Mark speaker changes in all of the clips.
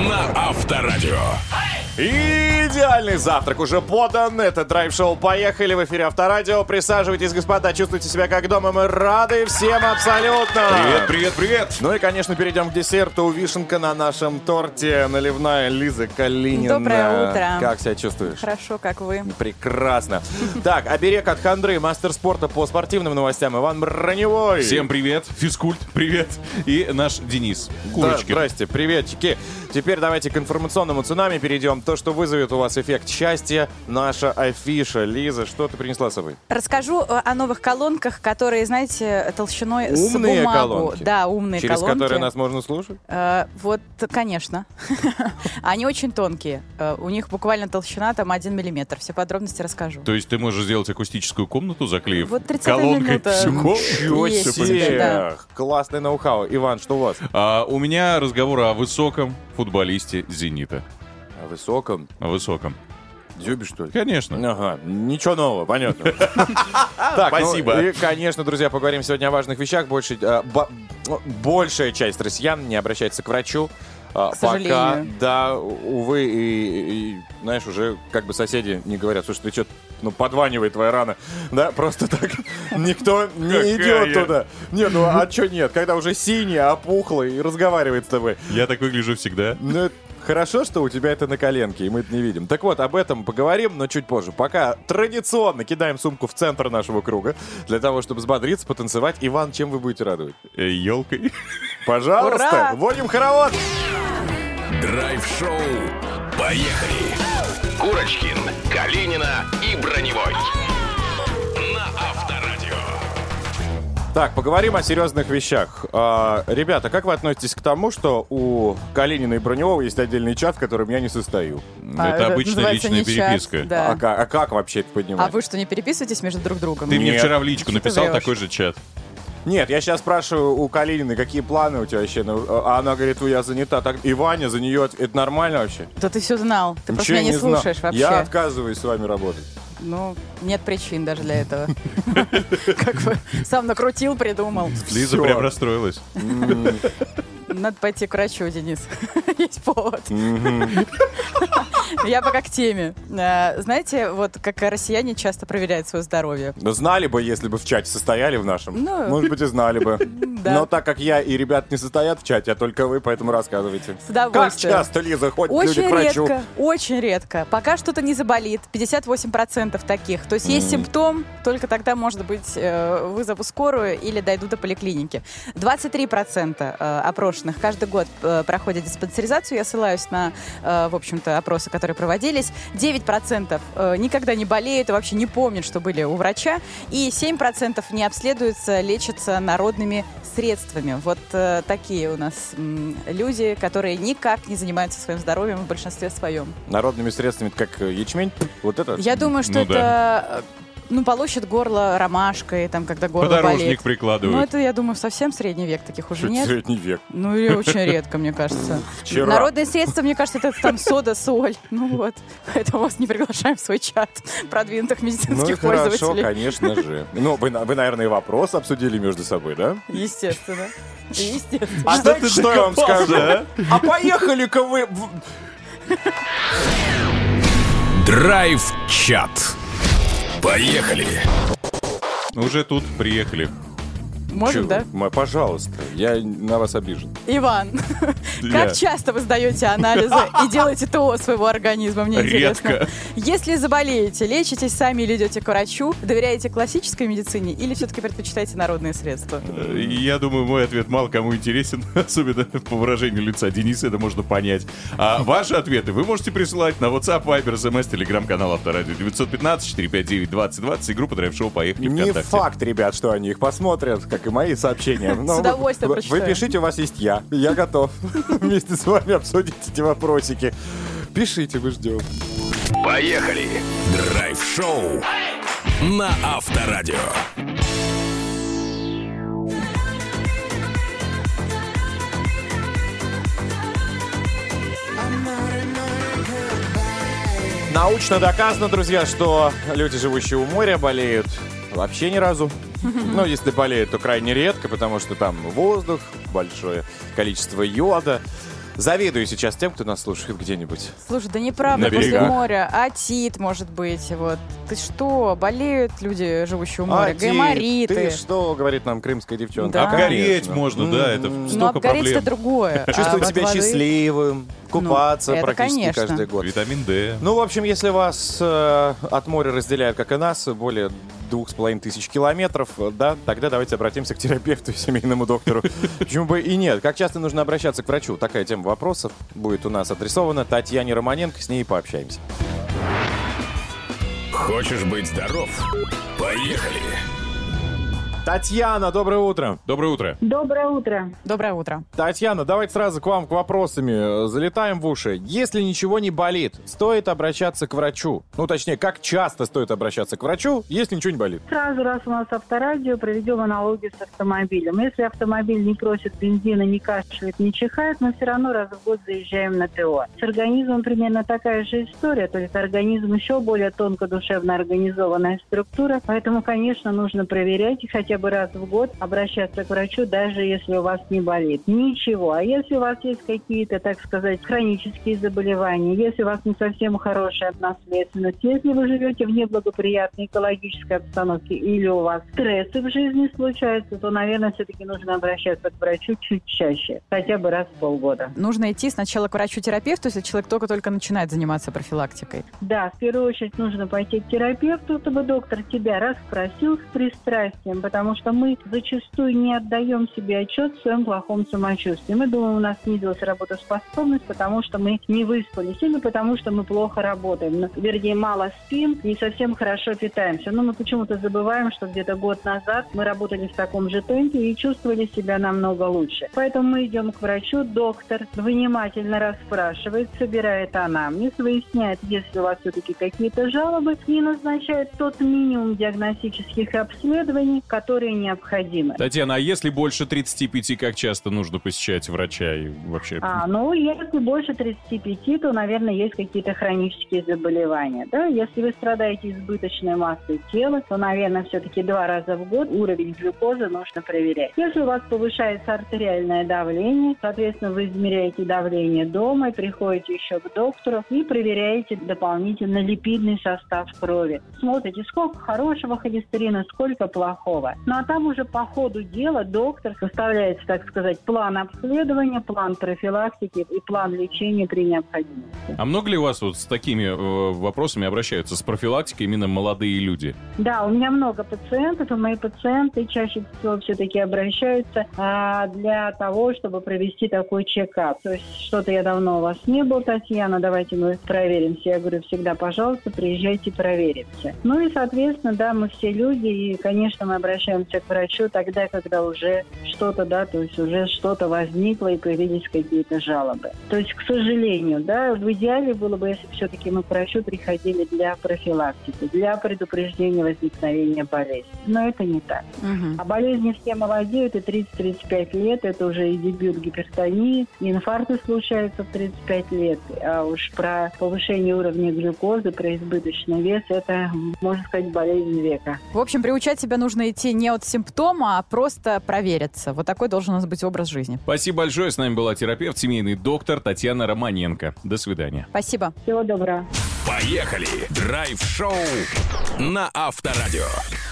Speaker 1: на Авторадио.
Speaker 2: Идеальный завтрак уже подан. Это драйв-шоу «Поехали» в эфире Авторадио. Присаживайтесь, господа, чувствуйте себя как дома. Мы рады всем абсолютно.
Speaker 3: Привет, привет, привет.
Speaker 2: Ну и, конечно, перейдем к десерту. Вишенка на нашем торте. Наливная Лиза Калинина.
Speaker 4: Доброе утро.
Speaker 2: Как себя чувствуешь?
Speaker 4: Хорошо, как вы.
Speaker 2: Прекрасно. Так, оберег от хандры, мастер спорта по спортивным новостям Иван Броневой.
Speaker 3: Всем привет, физкульт, привет. И наш Денис Курочкин.
Speaker 2: Да, здрасте, приветчики. Теперь давайте к информационному цунами перейдем. То, что вызовет у вас эффект счастья, наша афиша. Лиза, что ты принесла с собой?
Speaker 4: Расскажу о новых колонках, которые, знаете, толщиной
Speaker 2: Умные
Speaker 4: с бумагу.
Speaker 2: колонки?
Speaker 4: Да, умные
Speaker 2: Через
Speaker 4: колонки.
Speaker 2: которые нас можно слушать?
Speaker 4: Вот, конечно. Они очень тонкие. У них буквально толщина там 1 миллиметр. Все подробности расскажу.
Speaker 3: То есть ты можешь сделать акустическую комнату, заклеив
Speaker 4: Вот 30
Speaker 3: колонкой
Speaker 4: минута.
Speaker 3: всю комнату?
Speaker 2: Ничего
Speaker 4: Есть
Speaker 2: себе!
Speaker 4: да.
Speaker 2: Классный ноу-хау. Иван, что у вас?
Speaker 3: У меня разговор о высоком футболисте «Зенита».
Speaker 2: О высоком.
Speaker 3: О высоком.
Speaker 2: Дзюбе, что ли?
Speaker 3: Конечно.
Speaker 2: Ага, ничего нового, понятно. Так,
Speaker 3: Спасибо.
Speaker 2: И, конечно, друзья, поговорим сегодня о важных вещах. Большая часть россиян не обращается к врачу. Пока,
Speaker 4: сожалению.
Speaker 2: да, увы, и, знаешь, уже как бы соседи не говорят, слушай, ты что, подванивает твоя рана, да, просто так никто не идет туда. Не, а что нет, когда уже синяя, опухлая и разговаривает с тобой.
Speaker 3: Я так выгляжу всегда.
Speaker 2: Ну, хорошо, что у тебя это на коленке, и мы это не видим. Так вот, об этом поговорим, но чуть позже. Пока традиционно кидаем сумку в центр нашего круга, для того, чтобы взбодриться, потанцевать. Иван, чем вы будете радовать?
Speaker 3: Елкой.
Speaker 2: Пожалуйста,
Speaker 4: Ура!
Speaker 2: вводим хоровод!
Speaker 1: Драйв-шоу «Поехали». Курочкин, Калинина и Броневой. На Авторадио.
Speaker 2: Так, поговорим о серьезных вещах. Ребята, как вы относитесь к тому, что у Калинина и Броневого есть отдельный чат, в котором я не состою?
Speaker 3: Это обычная
Speaker 4: называется
Speaker 3: личная
Speaker 4: не чат,
Speaker 3: переписка.
Speaker 4: да.
Speaker 2: А как вообще это поднимать?
Speaker 4: А вы что, не переписываетесь между друг другом?
Speaker 3: Ты мне
Speaker 2: Нет.
Speaker 3: вчера в личку
Speaker 4: Что ты
Speaker 3: написал
Speaker 4: врешь?
Speaker 3: такой же чат.
Speaker 2: Нет, я сейчас спрашиваю у Калининой, какие планы у тебя вообще. А она говорит, я занята. Так, и Ваня за нее, это нормально вообще?
Speaker 4: Да ты все знал. Ты просто
Speaker 2: Ничего
Speaker 4: меня не
Speaker 2: знал.
Speaker 4: слушаешь вообще.
Speaker 2: Я отказываюсь с вами работать.
Speaker 4: Ну, нет причин даже для этого. Как бы сам накрутил, придумал.
Speaker 3: Лиза
Speaker 2: Всё.
Speaker 3: прям расстроилась.
Speaker 4: Надо пойти к врачу, Денис. Есть повод. Я пока к теме. Знаете, вот как россияне часто проверяют свое здоровье.
Speaker 2: Да знали бы, если бы в чате состояли в нашем.
Speaker 4: Ну.
Speaker 2: Может быть, и знали бы.
Speaker 4: Да.
Speaker 2: Но так как я и ребят не состоят в чате, а только вы, поэтому рассказывайте.
Speaker 4: С удовольствием.
Speaker 2: Как часто, Лиза, ходят люди
Speaker 4: Очень
Speaker 2: к врачу?
Speaker 4: редко, очень редко. Пока что-то не заболит, 58% таких. То есть есть симптом, только тогда, может быть, вызову скорую или дойду до поликлиники. 23% опрошенных каждый год проходят диспансеризацию. Я ссылаюсь на, в общем-то, опросы, которые проводились. 9% никогда не болеют и вообще не помнят, что были у врача. И 7% не обследуются, лечатся народными средствами. Вот такие у нас люди, которые никак не занимаются своим здоровьем в большинстве своем.
Speaker 2: Народными средствами, это как ячмень? Вот это?
Speaker 4: Я думаю, что
Speaker 3: Ну
Speaker 4: это полощет горло ромашкой, там, когда горло
Speaker 3: Подорожник
Speaker 4: болит.
Speaker 3: прикладывают.
Speaker 4: Ну, это, я думаю, совсем средний век, таких уже
Speaker 2: Что это
Speaker 4: нет.
Speaker 2: средний век.
Speaker 4: Ну, или очень редко, мне кажется.
Speaker 2: Вчера.
Speaker 4: Народные средства, мне кажется, это там сода, соль. Ну вот, поэтому вас не приглашаем в свой чат продвинутых
Speaker 2: Ну и
Speaker 4: медицинских
Speaker 2: хорошо,
Speaker 4: пользователей.
Speaker 2: конечно же. Ну, вы, наверное, и вопрос обсудили между собой, да?
Speaker 4: Естественно. Естественно.
Speaker 2: А знаете, что я вам
Speaker 3: докопался,
Speaker 2: скажу? А поехали-ка вы...
Speaker 1: Драйв-чат. Поехали.
Speaker 3: Уже тут приехали.
Speaker 4: Можем,
Speaker 2: Чё
Speaker 4: да?
Speaker 2: вы? Пожалуйста, я на вас обижен.
Speaker 4: Иван,
Speaker 3: Я.
Speaker 4: как часто вы сдаете анализы и делаете ТО своего организма? Мне интересно.
Speaker 3: Редко.
Speaker 4: Если заболеете, лечитесь сами или идете к врачу, доверяете классической медицине или все-таки предпочитаете народные средства?
Speaker 3: Я думаю, мой ответ мало кому интересен, особенно по выражению лица Дениса, это можно понять. А ваши ответы вы можете присылать на WhatsApp, Viber, SMS, телеграм-канал Авторадио 915-459-2020 и группа Драйв-шоу «Поехали»
Speaker 2: Не
Speaker 3: ВКонтакте.
Speaker 2: факт, ребят, что они их посмотрят, как и мои сообщения. Но
Speaker 4: С удовольствием
Speaker 2: вы
Speaker 4: прочитаю.
Speaker 2: пишите, у вас есть я. Я готов вместе с вами обсудить эти вопросики. Пишите, мы ждем.
Speaker 1: Поехали. Драйв-шоу на Авторадио.
Speaker 2: Научно доказано, друзья, что люди, живущие у моря, болеют вообще ни разу. Ну, если болеют, то крайне редко, потому что там воздух, большое количество йода. Завидую сейчас тем, кто нас слушает где-нибудь.
Speaker 4: Слушай, да неправда,
Speaker 3: На
Speaker 4: после
Speaker 3: берегах.
Speaker 4: моря. Отит, может быть. Вот. Ты что, болеют люди, живущие у моря?
Speaker 2: Тит,
Speaker 4: гаймориты.
Speaker 2: ты что, говорит нам крымская девчонка?
Speaker 4: Да.
Speaker 3: Обгореть
Speaker 2: Конечно.
Speaker 3: можно, да, это
Speaker 4: Ну,
Speaker 3: столько
Speaker 4: обгореть-то
Speaker 3: проблем.
Speaker 4: другое.
Speaker 2: Чувствовать
Speaker 4: А от
Speaker 2: себя
Speaker 4: воды-
Speaker 2: счастливым, купаться
Speaker 4: это
Speaker 2: практически
Speaker 4: конечно.
Speaker 2: каждый год.
Speaker 3: Витамин D.
Speaker 2: Ну, в общем, если вас от моря разделяют, как и нас, более 2500 километров, да, тогда давайте обратимся к терапевту и семейному доктору. Почему бы и нет? Как часто нужно обращаться к врачу? Такая тема вопросов будет у нас адресована Татьяне Романенко, с ней и пообщаемся.
Speaker 1: Хочешь быть здоров? Поехали!
Speaker 2: Татьяна, доброе утро.
Speaker 3: Доброе утро.
Speaker 5: Доброе утро.
Speaker 4: Доброе утро.
Speaker 2: Татьяна, давайте сразу к вам к вопросами. Залетаем в уши. Если ничего не болит, стоит обращаться к врачу? Ну, точнее, как часто стоит обращаться к врачу, если ничего не болит?
Speaker 5: Сразу, раз у нас авторадио, проведем аналогию с автомобилем. Если автомобиль не просит бензина, не кашляет, не чихает, мы все равно раз в год заезжаем на ТО. С организмом примерно такая же история, то есть организм еще более тонко душевно организованная структура, поэтому, конечно, нужно проверять и хотя бы раз в год обращаться к врачу, даже если у вас не болит. Ничего. А если у вас есть какие-то, так сказать, хронические заболевания, если у вас не совсем хорошая наследственность, если вы живете в неблагоприятной экологической обстановке или у вас стрессы в жизни случаются, то, наверное, все-таки нужно обращаться к врачу чуть чаще, хотя бы раз в полгода.
Speaker 4: Нужно идти сначала к врачу-терапевту, если человек только-только начинает заниматься профилактикой.
Speaker 5: Да, в первую очередь нужно пойти к терапевту, чтобы доктор тебя расспросил с пристрастием, потому что мы зачастую не отдаем себе отчет в своем плохом самочувствии. Мы думаем, у нас снизилась работоспособность, потому что мы не выспались, или потому что мы плохо работаем. Вернее, мало спим, не совсем хорошо питаемся. Но мы почему-то забываем, что где-то год назад мы работали в таком же темпе и чувствовали себя намного лучше. Поэтому мы идем к врачу, доктор внимательно расспрашивает, собирает анамнез, выясняет, есть ли у вас все-таки какие-то жалобы, и назначает тот минимум диагностических обследований, которые необходимы.
Speaker 3: Татьяна, а если больше 35, как часто нужно посещать врача и вообще?
Speaker 5: Ну, если больше 35, то, наверное, есть какие-то хронические заболевания. Да? Если вы страдаете избыточной массой тела, то, наверное, все-таки 2 раза в год уровень глюкозы нужно проверять. Если у вас повышается артериальное давление, соответственно, вы измеряете давление дома, приходите еще к доктору и проверяете дополнительно липидный состав крови. Смотрите, сколько хорошего холестерина, сколько плохого. Ну а там уже по ходу дела доктор составляет, так сказать, план обследования, план профилактики и план лечения при необходимости.
Speaker 3: А много ли у вас вот с такими вопросами обращаются с профилактикой именно молодые люди?
Speaker 5: Да, у меня много пациентов, и мои пациенты чаще всего все-таки обращаются для того, чтобы провести такой чекап. То есть что-то я давно у вас не был, Татьяна, давайте мы проверимся. Я говорю, всегда, пожалуйста, приезжайте, проверимся. Ну и, соответственно, да, мы все люди, и, конечно, мы обращаемся к врачу тогда, когда уже что-то, да, то есть уже что-то возникло и появились какие-то жалобы. То есть, к сожалению, да, в идеале было бы, если все-таки мы к врачу приходили для профилактики, для предупреждения возникновения болезни. Но это не так.
Speaker 4: Мгм.
Speaker 5: А болезни все молодеют, и 30-35 лет, это уже и дебют гипертонии, и инфаркты случаются в 35 лет. А уж про повышение уровня глюкозы, про избыточный вес, это, можно сказать, болезнь века.
Speaker 4: В общем, приучать себя нужно идти не от симптома, а просто провериться. Вот такой должен у нас быть образ жизни.
Speaker 3: Спасибо большое. С нами была терапевт, семейный доктор Татьяна Романенко. До свидания.
Speaker 4: Спасибо.
Speaker 5: Всего доброго.
Speaker 1: Поехали! Драйв-шоу на Авторадио.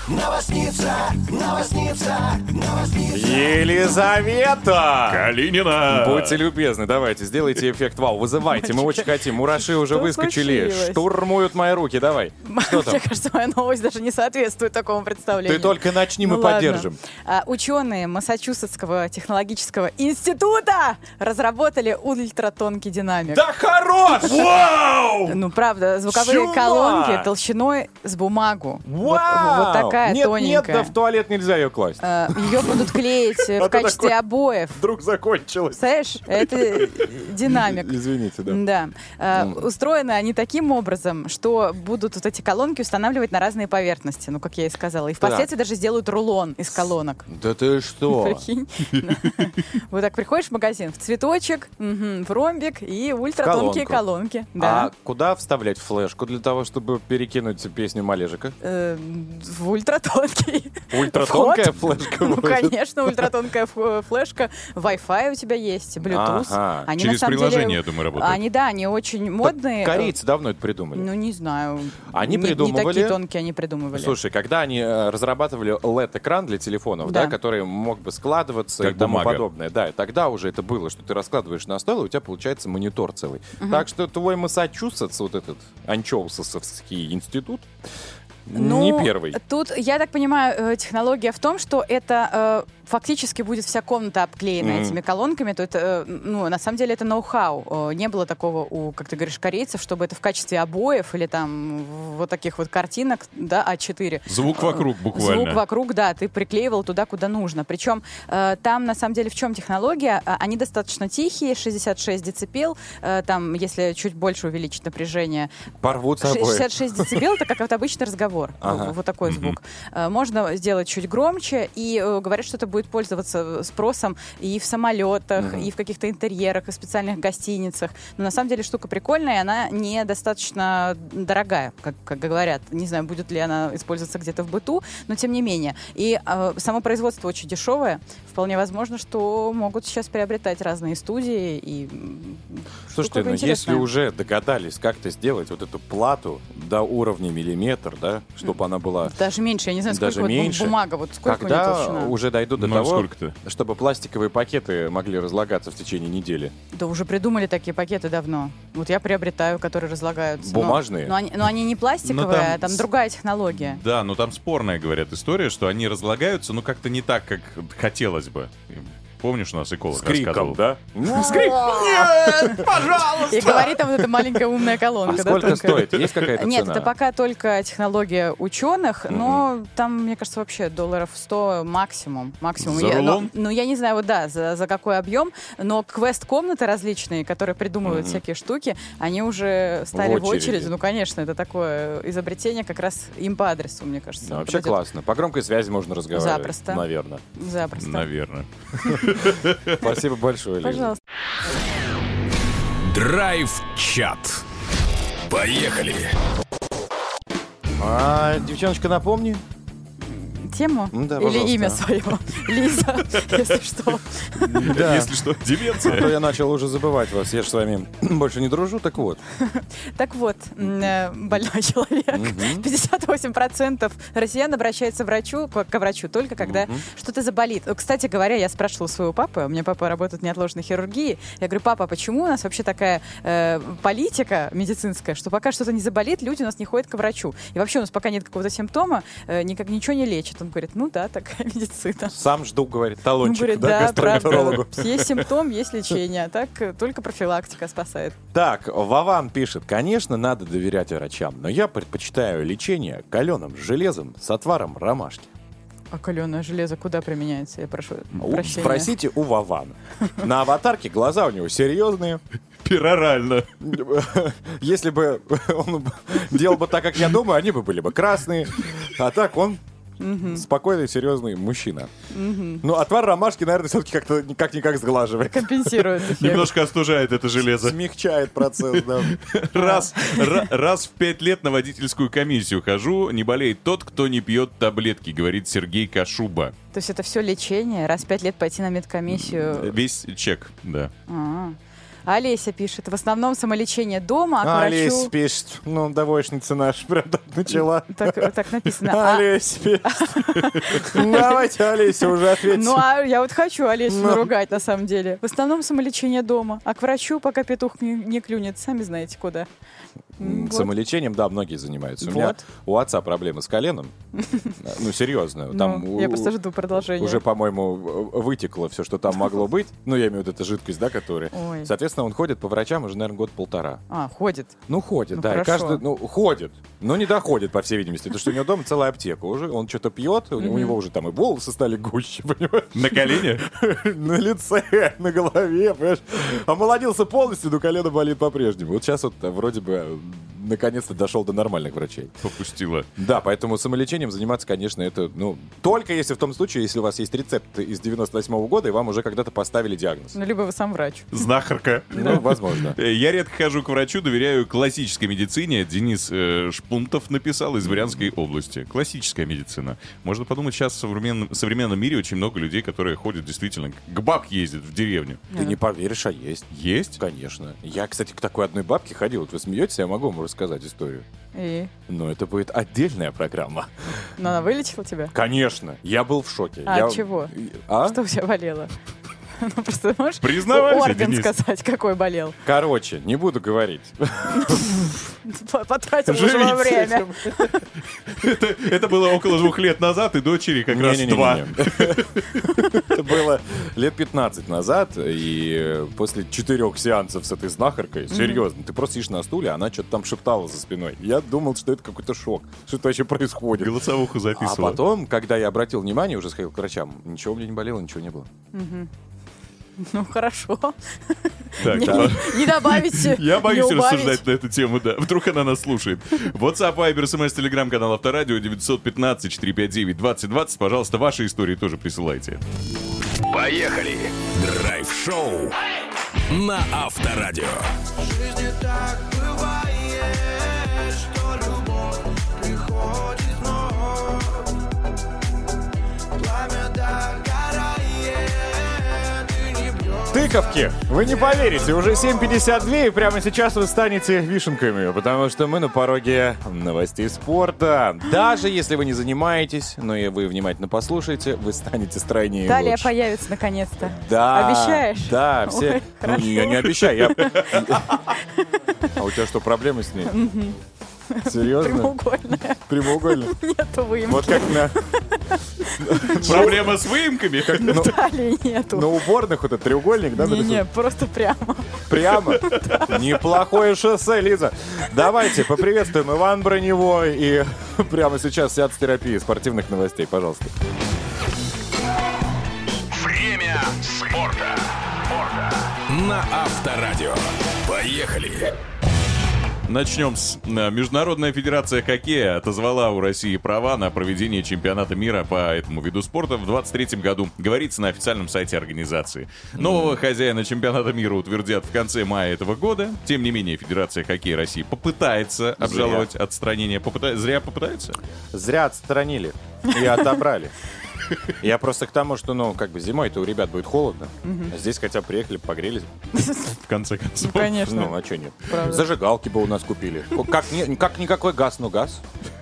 Speaker 2: Елизавета!
Speaker 3: Калинина!
Speaker 2: Будьте любезны, давайте, сделайте эффект вау. Вызывайте, мы очень хотим. Мураши уже
Speaker 4: Что
Speaker 2: выскочили.
Speaker 4: случилось?
Speaker 2: Штурмуют мои руки, давай. Что там?
Speaker 4: Мне кажется, моя новость даже не соответствует такому представлению.
Speaker 2: Ты только начни, мы
Speaker 4: Ну ладно.
Speaker 2: поддержим.
Speaker 4: Ученые Массачусетского технологического института разработали ультратонкий динамик.
Speaker 2: Да хорош! Вау!
Speaker 4: Ну, правда, звуковые
Speaker 2: Чувак!
Speaker 4: колонки толщиной с бумагу. Вот такая
Speaker 2: Нет,
Speaker 4: тоненькая.
Speaker 2: да в туалет нельзя ее класть.
Speaker 4: Ее будут клеить
Speaker 2: А
Speaker 4: в
Speaker 2: то
Speaker 4: качестве
Speaker 2: такой-
Speaker 4: обоев.
Speaker 2: Вдруг закончилось.
Speaker 4: Представляешь, это динамик.
Speaker 2: Извините, да.
Speaker 4: Да. Устроены они таким образом, что будут вот эти колонки устанавливать на разные поверхности, ну, как я и сказала. И впоследствии даже сделают рулон из колонок.
Speaker 2: Да ты что?
Speaker 4: Прикинь. Вот так приходишь в магазин, в цветочек, в ромбик и ультратонкие колонки. Да.
Speaker 2: А куда вставлять флешку для того, чтобы перекинуть песню Малежика?
Speaker 4: В ультратонкий.
Speaker 2: Ультратонкая
Speaker 4: вход.
Speaker 2: флешка
Speaker 4: Ну,
Speaker 2: будет?
Speaker 4: конечно, ультратонкая флешка. Wi-Fi у тебя есть, Bluetooth.
Speaker 2: Ага.
Speaker 4: Они,
Speaker 3: Через
Speaker 4: на самом
Speaker 3: приложение,
Speaker 4: деле,
Speaker 3: я думаю, работают.
Speaker 4: они очень модные.
Speaker 2: Корейцы давно это придумали.
Speaker 4: Ну, не знаю.
Speaker 2: Они
Speaker 4: Не
Speaker 2: придумывали-
Speaker 4: такие тонкие они придумывали.
Speaker 2: Слушай, когда они разрабатывали LED-экран для телефонов, да,
Speaker 4: Да.
Speaker 2: который мог бы складываться
Speaker 3: Как
Speaker 2: и тому
Speaker 3: бумага.
Speaker 2: подобное, да, и тогда уже это было, что ты раскладываешь на стол, и у тебя получается монитор целый. Так что твой Массачусетс, вот этот Анчоусовский институт, не первый.
Speaker 4: Тут, я так понимаю, технология в том, что это фактически будет вся комната обклеена этими колонками. То это, на самом деле, это ноу-хау. Не было такого у, как ты говоришь, корейцев, чтобы это в качестве обоев или там вот таких вот картинок, да, А4.
Speaker 3: Звук вокруг буквально.
Speaker 4: Звук вокруг, да, ты приклеивал туда, куда нужно. Причем там, на самом деле, в чем технология? Они достаточно тихие, 66 децибел. Там, если чуть больше увеличить напряжение,
Speaker 2: Порвут с обои.
Speaker 4: 66 децибел — это как вот обычный разговор.
Speaker 2: Ага.
Speaker 4: Вот такой звук. Можно сделать чуть громче, и говорят, что это будет пользоваться спросом и в самолетах, и в каких-то интерьерах, и в специальных гостиницах. Но на самом деле штука прикольная, и она недостаточно дорогая, как говорят. Не знаю, будет ли она использоваться где-то в быту, но тем не менее. И само производство очень дешевое. Вполне возможно, что могут сейчас приобретать разные студии. И
Speaker 2: Слушайте,
Speaker 4: штука
Speaker 2: ну если
Speaker 4: интересная.
Speaker 2: уже догадались как-то сделать вот эту плату до уровня миллиметр, да, чтобы она была
Speaker 4: Даже меньше, я не знаю,
Speaker 2: Даже
Speaker 4: сколько
Speaker 2: меньше.
Speaker 4: вот бумага, вот сколько у нее
Speaker 2: когда
Speaker 4: толщина.
Speaker 2: уже дойдут до
Speaker 3: Ну,
Speaker 2: того,
Speaker 3: сколько-то?
Speaker 2: чтобы пластиковые пакеты могли разлагаться в течение недели.
Speaker 4: Да уже придумали такие пакеты давно. Вот я приобретаю, которые разлагаются.
Speaker 2: Бумажные?
Speaker 4: Но они не пластиковые,
Speaker 3: там
Speaker 4: а там другая технология.
Speaker 3: Да, но там спорная, говорят, история, что они разлагаются, но как-то не так, как хотелось бы. Помнишь, у нас эколог
Speaker 2: С криком,
Speaker 3: рассказывал?
Speaker 2: да?
Speaker 4: И говорит там вот эта маленькая умная колонка.
Speaker 2: А
Speaker 4: да,
Speaker 2: сколько
Speaker 4: тонкая.
Speaker 2: стоит? Есть какая-то
Speaker 4: Нет,
Speaker 2: цена?
Speaker 4: это пока только технология ученых, но там, мне кажется, вообще $100 максимум.
Speaker 3: За рулон?
Speaker 4: Ну, я не знаю, вот да, за какой объем, но квест-комнаты различные, которые придумывают всякие штуки, они уже стали в
Speaker 2: очереди.
Speaker 4: очередь. Ну, конечно, это такое изобретение как раз им по адресу, мне кажется.
Speaker 2: Ну, вообще
Speaker 4: подойдет.
Speaker 2: классно. По громкой связи можно разговаривать.
Speaker 4: Запросто.
Speaker 2: Наверное.
Speaker 4: Запросто.
Speaker 3: Наверное.
Speaker 2: Спасибо большое, Лиза.
Speaker 4: Пожалуйста.
Speaker 1: Драйв-чат. Поехали.
Speaker 2: А, девчоночка, напомни.
Speaker 4: Тему?
Speaker 2: Да,
Speaker 4: Или
Speaker 2: пожалуйста.
Speaker 4: имя свое? Лиза, если что.
Speaker 2: Да.
Speaker 3: Если что,
Speaker 2: А то
Speaker 3: деменция.
Speaker 2: я начал уже забывать вас. Я же с вами больше не дружу. Так вот.
Speaker 4: Так вот, больной человек. 58% россиян обращаются ко врачу только когда что-то заболит. Кстати говоря, я спрашивала своего папы, у меня папа работает в неотложной хирургии. Я говорю: папа, почему у нас вообще такая политика медицинская, что пока что-то не заболит, люди у нас не ходят к врачу? И вообще у нас пока нет какого-то симптома, ничего не лечат. Он говорит: ну да, такая медицина.
Speaker 2: Сам жду, говорит,
Speaker 4: Он
Speaker 2: талончик,
Speaker 4: говорит:
Speaker 2: да,
Speaker 4: да,
Speaker 2: гастроэнтерологу.
Speaker 4: правда. Есть симптом, есть лечение. А так только профилактика спасает.
Speaker 2: Так, Вован пишет: конечно, надо доверять врачам, но я предпочитаю лечение каленым железом с отваром ромашки.
Speaker 4: А каленое железо куда применяется? Я прошу прощения.
Speaker 2: Спросите у Вована. На аватарке глаза у него серьезные.
Speaker 3: Перорально.
Speaker 2: Если бы он делал бы так, как я думаю, они бы были бы красные. А так он спокойный, серьезный мужчина. Ну, отвар ромашки, наверное, все-таки как-то никак сглаживает.
Speaker 4: Компенсирует эффект.
Speaker 3: Немножко остужает это железо.
Speaker 2: Смягчает процесс, да.
Speaker 3: Раз в 5 лет на водительскую комиссию хожу. Не болеет тот, кто не пьет таблетки, говорит Сергей Кашуба.
Speaker 4: То есть это все лечение? Раз в 5 лет пойти на медкомиссию?
Speaker 3: Весь чек, да.
Speaker 4: Олеся пишет: в основном самолечение дома, а к
Speaker 2: Олесь
Speaker 4: врачу...
Speaker 2: пишет. Ну, давочница наша прям так начала.
Speaker 4: Так написано.
Speaker 2: Олесь пишет. Давайте, Олеся, уже ответьте.
Speaker 4: Ну, а я вот хочу Олесю наругать, на самом деле. В основном самолечение дома, а к врачу, пока петух не клюнет, сами знаете куда. Вот.
Speaker 2: Самолечением, да, многие занимаются. У меня
Speaker 4: Вот.
Speaker 2: у отца проблемы с коленом. Ну, серьезно. Там
Speaker 4: Ну, я просто жду продолжения.
Speaker 2: уже, по-моему, вытекло все, что там могло быть. Ну, я имею в виду эту жидкость, да, которая.
Speaker 4: Ой.
Speaker 2: Соответственно, он ходит по врачам уже, наверное, год-полтора.
Speaker 4: Ходит.
Speaker 2: Ну, ходит,
Speaker 4: Ну,
Speaker 2: да. И
Speaker 4: хорошо.
Speaker 2: каждый, ходит, но не доходит, по всей видимости. Потому что у него дома целая аптека. Уже он что-то пьет, у него уже там и волосы стали гуще, понимаешь?
Speaker 3: На колени?
Speaker 2: На лице, на голове, понимаешь? Омолодился полностью, но колено болит по-прежнему. Вот сейчас вот вроде бы наконец-то дошел до нормальных врачей.
Speaker 3: Попустила.
Speaker 2: Да, поэтому самолечением заниматься, конечно, это, только если в том случае, если у вас есть рецепт из 98-го года, и вам уже когда-то поставили диагноз.
Speaker 4: Ну, либо вы сам врач.
Speaker 3: Знахарка.
Speaker 2: Ну, возможно.
Speaker 3: Я редко хожу к врачу, доверяю классической медицине. Денис Шпунтов написал из Брянской области. Классическая медицина. Можно подумать, сейчас в современном мире очень много людей, которые ходят действительно, к бабке ездят в деревню.
Speaker 2: Ты не поверишь, а есть.
Speaker 3: Есть?
Speaker 2: Конечно. Я, кстати, к такой одной бабке ходил. Вот вы смеетесь, я могу вам рассказать историю.
Speaker 4: И?
Speaker 2: Но это будет отдельная программа.
Speaker 4: Но она вылечила тебя?
Speaker 2: Конечно. Я был в шоке.
Speaker 4: А от чего?
Speaker 2: А?
Speaker 4: Что у тебя болело? Ну, просто можешь
Speaker 3: Признавайся,
Speaker 4: орден
Speaker 3: Денис.
Speaker 4: сказать, какой болел?
Speaker 2: Короче, не буду говорить.
Speaker 4: Потратил уже во время.
Speaker 3: Это было около 2 лет назад, и дочери как раз 2.
Speaker 2: Это было лет 15 назад, и после 4 сеансов с этой знахаркой, серьезно, ты просто сидишь на стуле, она что-то там шептала за спиной. Я думал, что это какой-то шок, что это вообще происходит.
Speaker 3: Голосовуху
Speaker 2: А
Speaker 3: записывала.
Speaker 2: потом, когда я обратил внимание, уже сходил к врачам, ничего у меня не болело, ничего не было.
Speaker 4: Ну, хорошо.
Speaker 3: Так,
Speaker 4: Не добавите,
Speaker 3: я боюсь
Speaker 4: не убавить.
Speaker 3: рассуждать на эту тему, да. Вдруг она нас слушает. WhatsApp, Viber, SMS, Telegram, канал Авторадио, 915-459-2020. Пожалуйста, ваши истории тоже присылайте.
Speaker 1: Поехали! Драйв-шоу на Авторадио.
Speaker 2: Тыковки! Вы не поверите, уже 7:52, и прямо сейчас вы станете вишенками, потому что мы на пороге новостей спорта. Даже если вы не занимаетесь, но и вы внимательно послушаете, вы станете стройнее и
Speaker 4: Талия
Speaker 2: лучше.
Speaker 4: появится наконец-то.
Speaker 2: Да.
Speaker 4: Обещаешь?
Speaker 2: Да, все.
Speaker 4: Ой,
Speaker 2: Ну, я не обещаю. А у тебя что, проблемы с ней? Серьезно?
Speaker 4: Прямоугольная.
Speaker 2: Прямоугольно?
Speaker 4: Нету выемки.
Speaker 2: Вот как
Speaker 3: Проблема с выемками?
Speaker 4: Талии нету.
Speaker 2: на уборных вот этот треугольник, да?
Speaker 4: Не-не, просто прямо.
Speaker 2: Прямо? Неплохое шоссе, Лиза. Давайте поприветствуем Иван Броневой и прямо сейчас сеанс терапии спортивных новостей, пожалуйста.
Speaker 1: Время спорта. На Авторадио. Поехали!
Speaker 3: Начнем с... Международная федерация хоккея отозвала у России права на проведение чемпионата мира по этому виду спорта в 2023 году. Говорится на официальном сайте организации. Нового хозяина чемпионата мира утвердят в конце мая этого года. Тем не менее, Федерация хоккея России попытается обжаловать отстранение. Зря попытается?
Speaker 2: Зря отстранили и отобрали. Я просто к тому, что, зимой-то у ребят будет холодно. А здесь хотя бы приехали, погрелись.
Speaker 3: В конце концов.
Speaker 4: Ну, конечно.
Speaker 2: Ну, а что нет?
Speaker 4: Правда.
Speaker 2: Зажигалки бы у нас купили. Как никакой газ, но газ.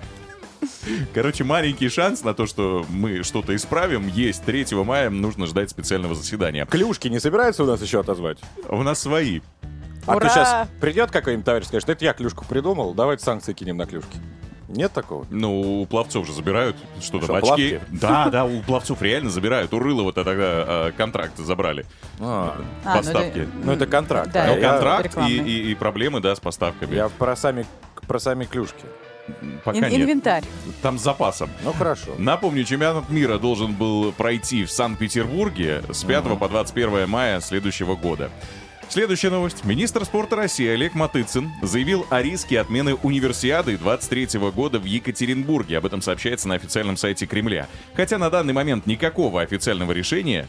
Speaker 3: Короче, маленький шанс на то, что мы что-то исправим, есть. 3 мая нужно ждать специального заседания.
Speaker 2: Клюшки не собираются у нас еще отозвать?
Speaker 3: У нас свои.
Speaker 2: А
Speaker 4: Ура!
Speaker 2: то сейчас придет какой-нибудь товарищ и скажет, это я клюшку придумал, давайте санкции кинем на клюшки. Нет такого?
Speaker 3: Ну, у пловцов же забирают что-то
Speaker 2: Что,
Speaker 3: в очки.
Speaker 2: плавки?
Speaker 3: Да, у пловцов реально забирают. У Рылова-то тогда контракт забрали. Поставки.
Speaker 2: Ну, это контракт.
Speaker 4: Да,
Speaker 2: А
Speaker 3: Но
Speaker 4: это
Speaker 2: я-
Speaker 3: контракт
Speaker 4: рекламный.
Speaker 3: и проблемы, да, с поставками.
Speaker 2: Я про сами клюшки.
Speaker 3: Пока нет.
Speaker 4: Инвентарь.
Speaker 3: Там с запасом.
Speaker 2: Ну, хорошо.
Speaker 3: Напомню, чемпионат мира должен был пройти в Санкт-Петербурге с 5 по 21 мая следующего года. Следующая новость. Министр спорта России Олег Матыцин заявил о риске отмены универсиады 23 года в Екатеринбурге. Об этом сообщается на официальном сайте Кремля. Хотя на данный момент никакого официального решения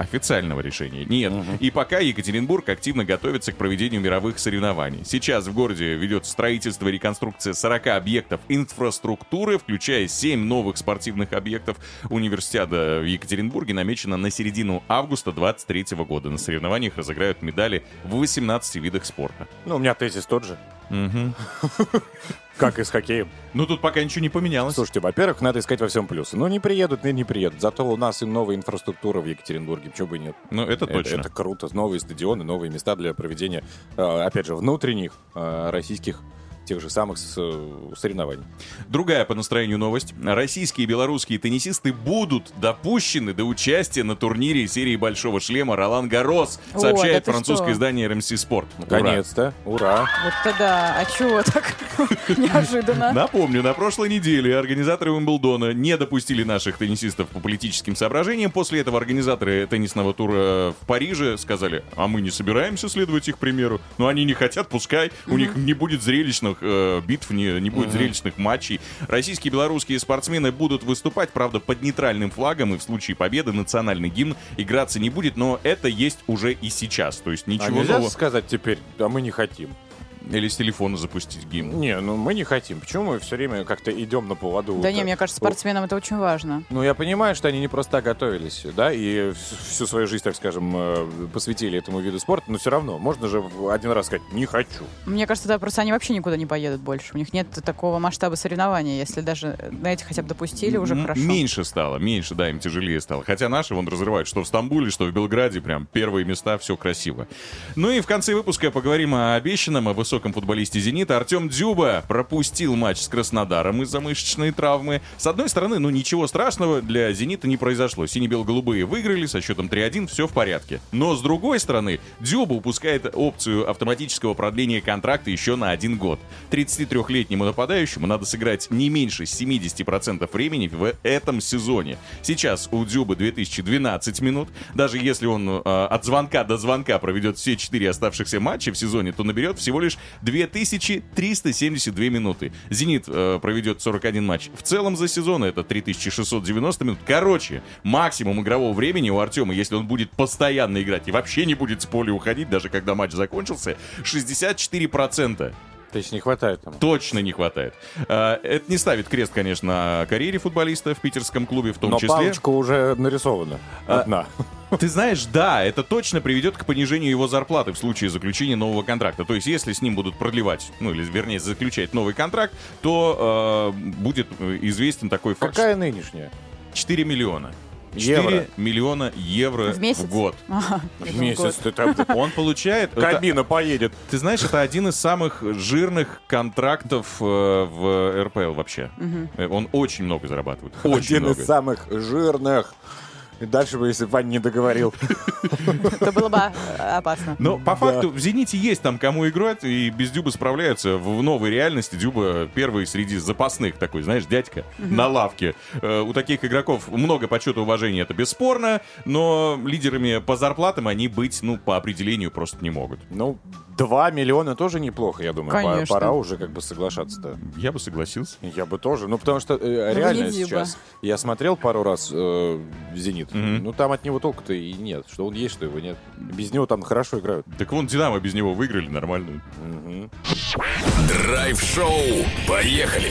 Speaker 3: нет. И пока Екатеринбург активно готовится к проведению мировых соревнований. Сейчас в городе ведется строительство и реконструкция 40 объектов инфраструктуры, включая 7 новых спортивных объектов. Универсиада в Екатеринбурге намечена на середину августа 2023 года. На соревнованиях разыграют медали в 18 видах спорта.
Speaker 2: Ну, у меня тезис тот же. Как и с хоккеем.
Speaker 3: Ну, тут пока ничего не поменялось.
Speaker 2: Слушайте, во-первых, надо искать во всем плюсы. Ну, не приедут, не приедут. Зато у нас и новая инфраструктура в Екатеринбурге. Почему бы и нет?
Speaker 3: Ну, это точно.
Speaker 2: Это круто. Новые стадионы, новые места для проведения, опять же, внутренних российских тех же самых соревнований.
Speaker 3: Другая по настроению новость. Российские и белорусские теннисисты будут допущены до участия на турнире серии «Большого шлема» Ролан Гаррос,
Speaker 4: О,
Speaker 3: сообщает
Speaker 4: да ты
Speaker 3: французское
Speaker 4: что?
Speaker 3: издание RMC Sport.
Speaker 2: Наконец-то. Ура.
Speaker 4: Вот тогда. А чего так неожиданно?
Speaker 3: Напомню, на прошлой неделе организаторы Уимблдона не допустили наших теннисистов по политическим соображениям. После этого организаторы теннисного тура в Париже сказали, а мы не собираемся следовать их примеру. Но они не хотят, пускай. У них не будет зрелищных зрелищных битв, не будет зрелищных матчей. Российские и белорусские спортсмены будут выступать, правда, под нейтральным флагом, и в случае победы национальный гимн играться не будет, но это есть уже и сейчас. То есть ничего
Speaker 2: нельзя
Speaker 3: нового.
Speaker 2: сказать теперь, а мы не хотим.
Speaker 3: Или с телефона запустить гимн.
Speaker 2: Не, ну мы не хотим. Почему мы все время как-то идем на поводу?
Speaker 4: Да не, мне кажется, спортсменам это очень важно.
Speaker 2: Ну, я понимаю, что они не просто так готовились, да, и всю свою жизнь, так скажем, посвятили этому виду спорта, но все равно, можно же один раз сказать «не хочу».
Speaker 4: Мне кажется, да, просто они вообще никуда не поедут больше. У них нет такого масштаба соревнования. Если даже на эти хотя бы допустили, уже хорошо.
Speaker 3: Меньше стало, да, им тяжелее стало. Хотя наши вон разрывают, что в Стамбуле, что в Белграде, прям первые места, все красиво. Ну и в конце выпуска поговорим о обещанном, о высоком футболисте «Зенита». Артем Дзюба пропустил матч с Краснодаром из-за мышечной травмы. С одной стороны, ничего страшного для «Зенита» не произошло. Сине-бело-голубые выиграли со счетом 3-1, все в порядке. Но с другой стороны, Дзюба упускает опцию автоматического продления контракта еще на 1 год. 33-летнему нападающему надо сыграть не меньше 70% времени в этом сезоне. Сейчас у Дзюбы 2012 минут. Даже если он от звонка до звонка проведет все 4 оставшихся матча в сезоне, то наберет всего лишь 2372 минуты. «Зенит» проведет 41 матч. В целом за сезон это 3690 минут. Короче, максимум игрового времени у Артема, если он будет постоянно играть и вообще не будет с поля уходить, даже когда матч закончился, 64%.
Speaker 2: То есть не хватает там?
Speaker 3: Точно не хватает. Это не ставит крест, конечно, на карьере футболиста в питерском клубе в том числе.
Speaker 2: Но палочка уже нарисована. Одна.
Speaker 3: Ты знаешь, да, это точно приведет к понижению его зарплаты в случае заключения нового контракта. То есть, если с ним будут продлевать, или, вернее, заключать новый контракт, то будет известен такой факт.
Speaker 2: Какая нынешняя?
Speaker 3: 4 миллиона. 4 миллиона евро
Speaker 4: в месяц?
Speaker 3: В год.
Speaker 2: В месяц ты там...
Speaker 3: Он получает...
Speaker 2: Кабина поедет.
Speaker 3: Ты знаешь, это один из самых жирных контрактов в РПЛ вообще. Он очень много зарабатывает. Очень
Speaker 2: Один
Speaker 3: много.
Speaker 2: из самых жирных. И дальше бы, если Ваня не договорил.
Speaker 4: Это было бы опасно.
Speaker 3: Но по факту в «Зените» есть там кому играть, и без Дзюбы справляются. В новой реальности Дзюба первый среди запасных такой, знаешь, дядька на лавке. У таких игроков много почета и уважения, это бесспорно, но лидерами по зарплатам они быть, по определению просто не могут.
Speaker 2: 2 миллиона тоже неплохо, я думаю.
Speaker 4: Конечно.
Speaker 2: Пора уже соглашаться-то.
Speaker 3: Я бы согласился.
Speaker 2: Я бы тоже. Потому что реально сейчас... Я смотрел пару раз «Зенит». Там от него толку-то и нет. Что он есть, что его нет. Без него там хорошо играют.
Speaker 3: Так вон «Динамо» без него выиграли нормально.
Speaker 1: Драйв-шоу. Поехали.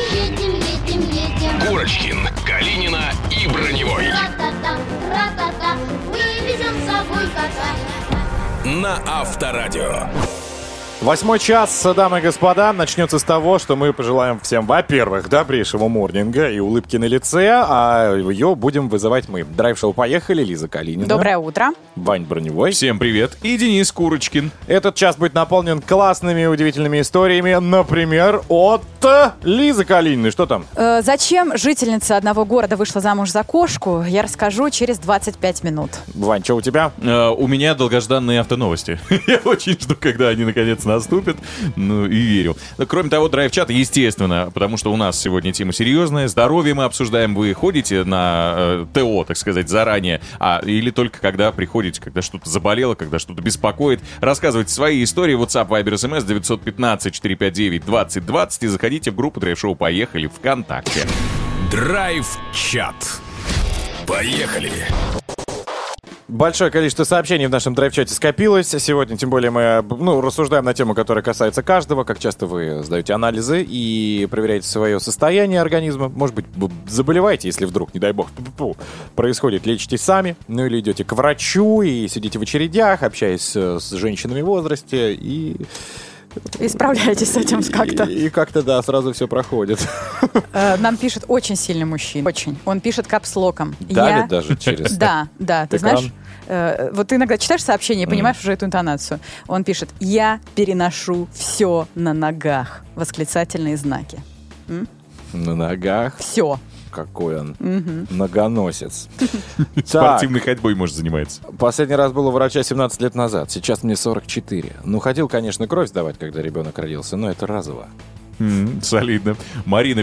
Speaker 6: Едем.
Speaker 1: Курочкин, Калинина и Броневой.
Speaker 6: Ра-та-та, вывезем с собой кота.
Speaker 1: На Авторадио.
Speaker 2: 8 час, дамы и господа, начнется с того, что мы пожелаем всем, во-первых, добрейшего морнинга и улыбки на лице, а ее будем вызывать мы. Драйв-шоу «Поехали», Лиза Калинина.
Speaker 4: Доброе утро.
Speaker 2: Вань Броневой.
Speaker 3: Всем привет. И Денис Курочкин.
Speaker 2: Этот час будет наполнен классными и удивительными историями, например, от Лизы Калининой. Что там?
Speaker 4: Зачем жительница одного города вышла замуж за кошку, я расскажу через 25 минут.
Speaker 2: Вань, что у тебя?
Speaker 3: У меня долгожданные автоновости. Я очень жду, когда они наконец наступят. И верю. Кроме того, драйв-чат, естественно, потому что у нас сегодня тема серьезная. Здоровье мы обсуждаем. Вы ходите на ТО, так сказать, заранее, или только когда приходите, когда что-то заболело, когда что-то беспокоит. Рассказывайте свои истории. WhatsApp, Viber, SMS 915-459-2020 и заходите в группу Драйв-шоу «Поехали» ВКонтакте.
Speaker 1: Драйв-чат. Поехали.
Speaker 2: Большое количество сообщений в нашем драйв-чате скопилось. Сегодня, тем более, мы рассуждаем на тему, которая касается каждого. Как часто вы сдаете анализы и проверяете свое состояние организма. Может быть, вы заболеваете, если вдруг, не дай бог, происходит, лечитесь сами. Или идете к врачу и сидите в очередях, общаясь с женщинами в возрасте и...
Speaker 4: И справляйтесь с этим как-то.
Speaker 2: И как-то, да, сразу все проходит.
Speaker 4: Нам пишет очень сильный мужчина. Очень. Он пишет капслоком.
Speaker 2: Давит даже через...
Speaker 4: Да. Ты
Speaker 2: экран.
Speaker 4: знаешь, вот ты иногда читаешь сообщение и понимаешь уже эту интонацию. Он пишет: «Я переношу все на ногах». Восклицательные знаки.
Speaker 2: На ногах.
Speaker 4: Все.
Speaker 2: Какой он многоносец.
Speaker 3: Спортивной ходьбой, может, занимается.
Speaker 2: Последний раз был у врача 17 лет назад. Сейчас мне 44. Ходил, конечно, кровь сдавать, когда ребенок родился, но это разово.
Speaker 3: Солидно. Марина пишет: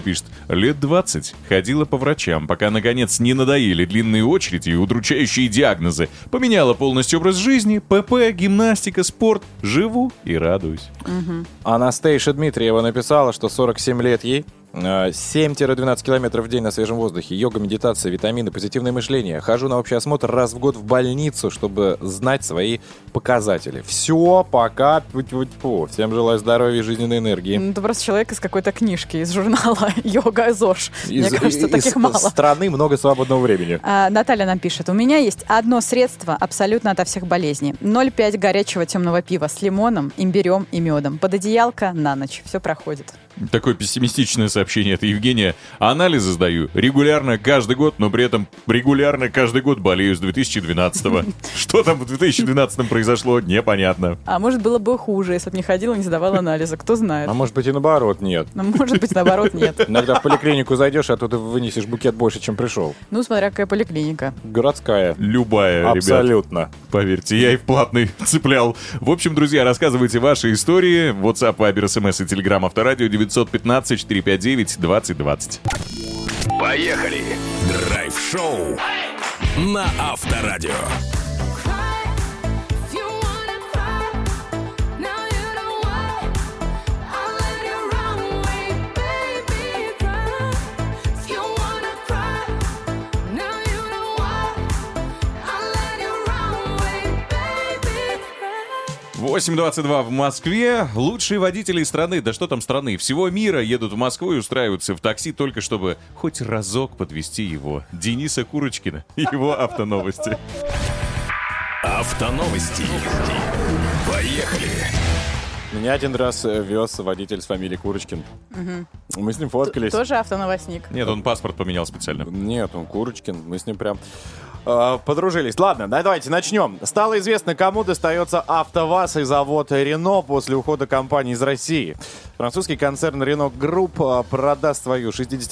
Speaker 3: Лет 20 ходила по врачам, пока, наконец, не надоели длинные очереди и удручающие диагнозы. Поменяла полностью образ жизни, ПП, гимнастика, спорт. Живу и радуюсь.
Speaker 2: Анастейша Дмитриева написала, что 47 лет ей. 7-12 километров в день на свежем воздухе, йога, медитация, витамины, позитивное мышление. Хожу на общий осмотр раз в год в больницу, чтобы знать свои показатели. Все, пока. Всем желаю здоровья и жизненной энергии.
Speaker 4: Ну, это просто человек из какой-то книжки, из журнала «Йога ЗОЖ». Мне кажется, таких мало.
Speaker 2: Из страны много свободного времени.
Speaker 4: Наталья нам пишет. У меня есть одно средство абсолютно ото всех болезней. 0,5 горячего темного пива с лимоном, имбирем и медом. Под одеялко на ночь. Все проходит.
Speaker 3: Такое пессимистичное сообщение от Евгения. Анализы сдаю регулярно каждый год, но при этом регулярно каждый год болею с 2012-го. Что там в 2012-м произошло, непонятно.
Speaker 4: А может, было бы хуже, если бы не ходила и не сдавала анализы. Кто знает.
Speaker 2: А может быть и наоборот нет.
Speaker 4: Ну, может быть, наоборот, нет.
Speaker 2: Иногда в поликлинику зайдешь, а тут вынесешь букет больше, чем пришел.
Speaker 4: Ну, смотря какая поликлиника.
Speaker 2: Городская.
Speaker 3: Любая, ребят.
Speaker 2: Абсолютно.
Speaker 3: Поверьте, я и в платный цеплял. В общем, друзья, рассказывайте ваши истории. WhatsApp, Viber, SMS и Telegram Авторадио 915-459-2020.
Speaker 1: Поехали! Драйв-шоу на Авторадио.
Speaker 3: В 8:22 в Москве. Лучшие водители страны, да что там страны, всего мира едут в Москву и устраиваются в такси только чтобы хоть разок подвезти его. Дениса Курочкина и его автоновости.
Speaker 1: Автоновости. Поехали!
Speaker 2: Меня один раз вез водитель с фамилией Курочкин. Мы с ним фоткались.
Speaker 4: Тоже автоновостник.
Speaker 3: Нет, он паспорт поменял специально.
Speaker 2: Нет, он Курочкин. Мы с ним прям подружились. Ладно, давайте начнем. Стало известно, кому достается АвтоВАЗ и завод Рено после ухода компании из России. Французский концерн Renault Group продаст свою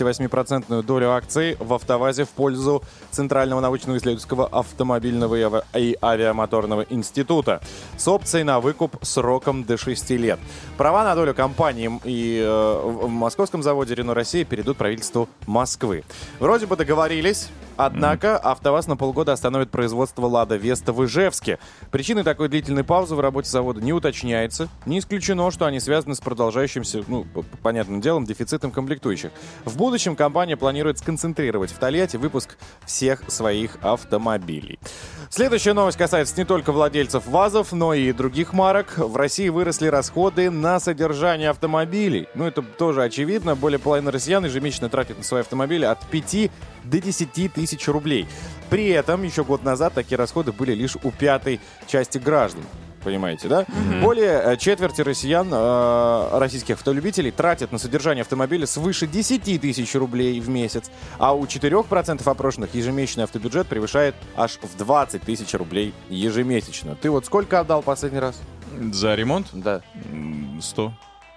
Speaker 2: 68% долю акций в АвтоВАЗе в пользу Центрального научно-исследовательского автомобильного и авиамоторного института с опцией на выкуп сроком до 6 лет. Права на долю компании и в московском заводе Renault Россия перейдут правительству Москвы. Вроде бы договорились, однако АвтоВАЗ на полгода остановит производство «Лада Веста» в Ижевске. Причиной такой длительной паузы в работе завода не уточняется. Не исключено, что они связаны с продолжающимся, понятным делом, дефицитом комплектующих. В будущем компания планирует сконцентрировать в Тольятти выпуск всех своих автомобилей. Следующая новость касается не только владельцев ВАЗов, но и других марок. В России выросли расходы на содержание автомобилей. Это тоже очевидно. Более половины россиян ежемесячно тратят на свои автомобили от 5 до 10 тысяч рублей. При этом еще год назад такие расходы были лишь у пятой части граждан. Понимаете, да? Более четверти россиян, российских автолюбителей, тратят на содержание автомобиля свыше 10 тысяч рублей в месяц, а у 4% опрошенных ежемесячный автобюджет превышает аж в 20 тысяч рублей ежемесячно. Ты вот сколько отдал последний раз?
Speaker 3: За ремонт?
Speaker 2: Да.
Speaker 3: 100.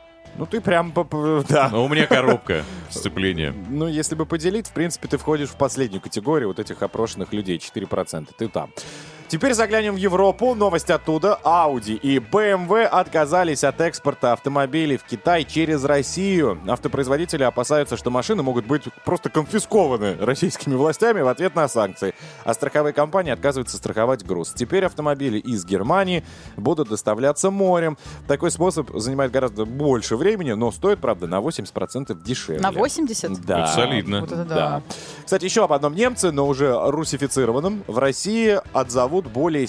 Speaker 2: Ты прям, да.
Speaker 3: Но у меня коробка сцепления.
Speaker 2: Если бы поделить, в принципе, ты входишь в последнюю категорию вот этих опрошенных людей, 4%. Ты там. Теперь заглянем в Европу. Новость оттуда. Audi и BMW отказались от экспорта автомобилей в Китай через Россию. Автопроизводители опасаются, что машины могут быть просто конфискованы российскими властями в ответ на санкции. А страховые компании отказываются страховать груз. Теперь автомобили из Германии будут доставляться морем. Такой способ занимает гораздо больше времени, но стоит, правда, на 80% дешевле.
Speaker 4: На 80%?
Speaker 2: Да.
Speaker 3: Это солидно.
Speaker 4: Вот это да.
Speaker 2: Кстати, еще об одном немце, но уже русифицированном. В России отзовут более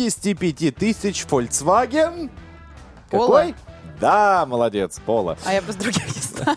Speaker 2: 75 тысяч Volkswagen.
Speaker 4: Пола?
Speaker 2: Какой? Да, молодец, Пола.
Speaker 4: А я просто других не знаю.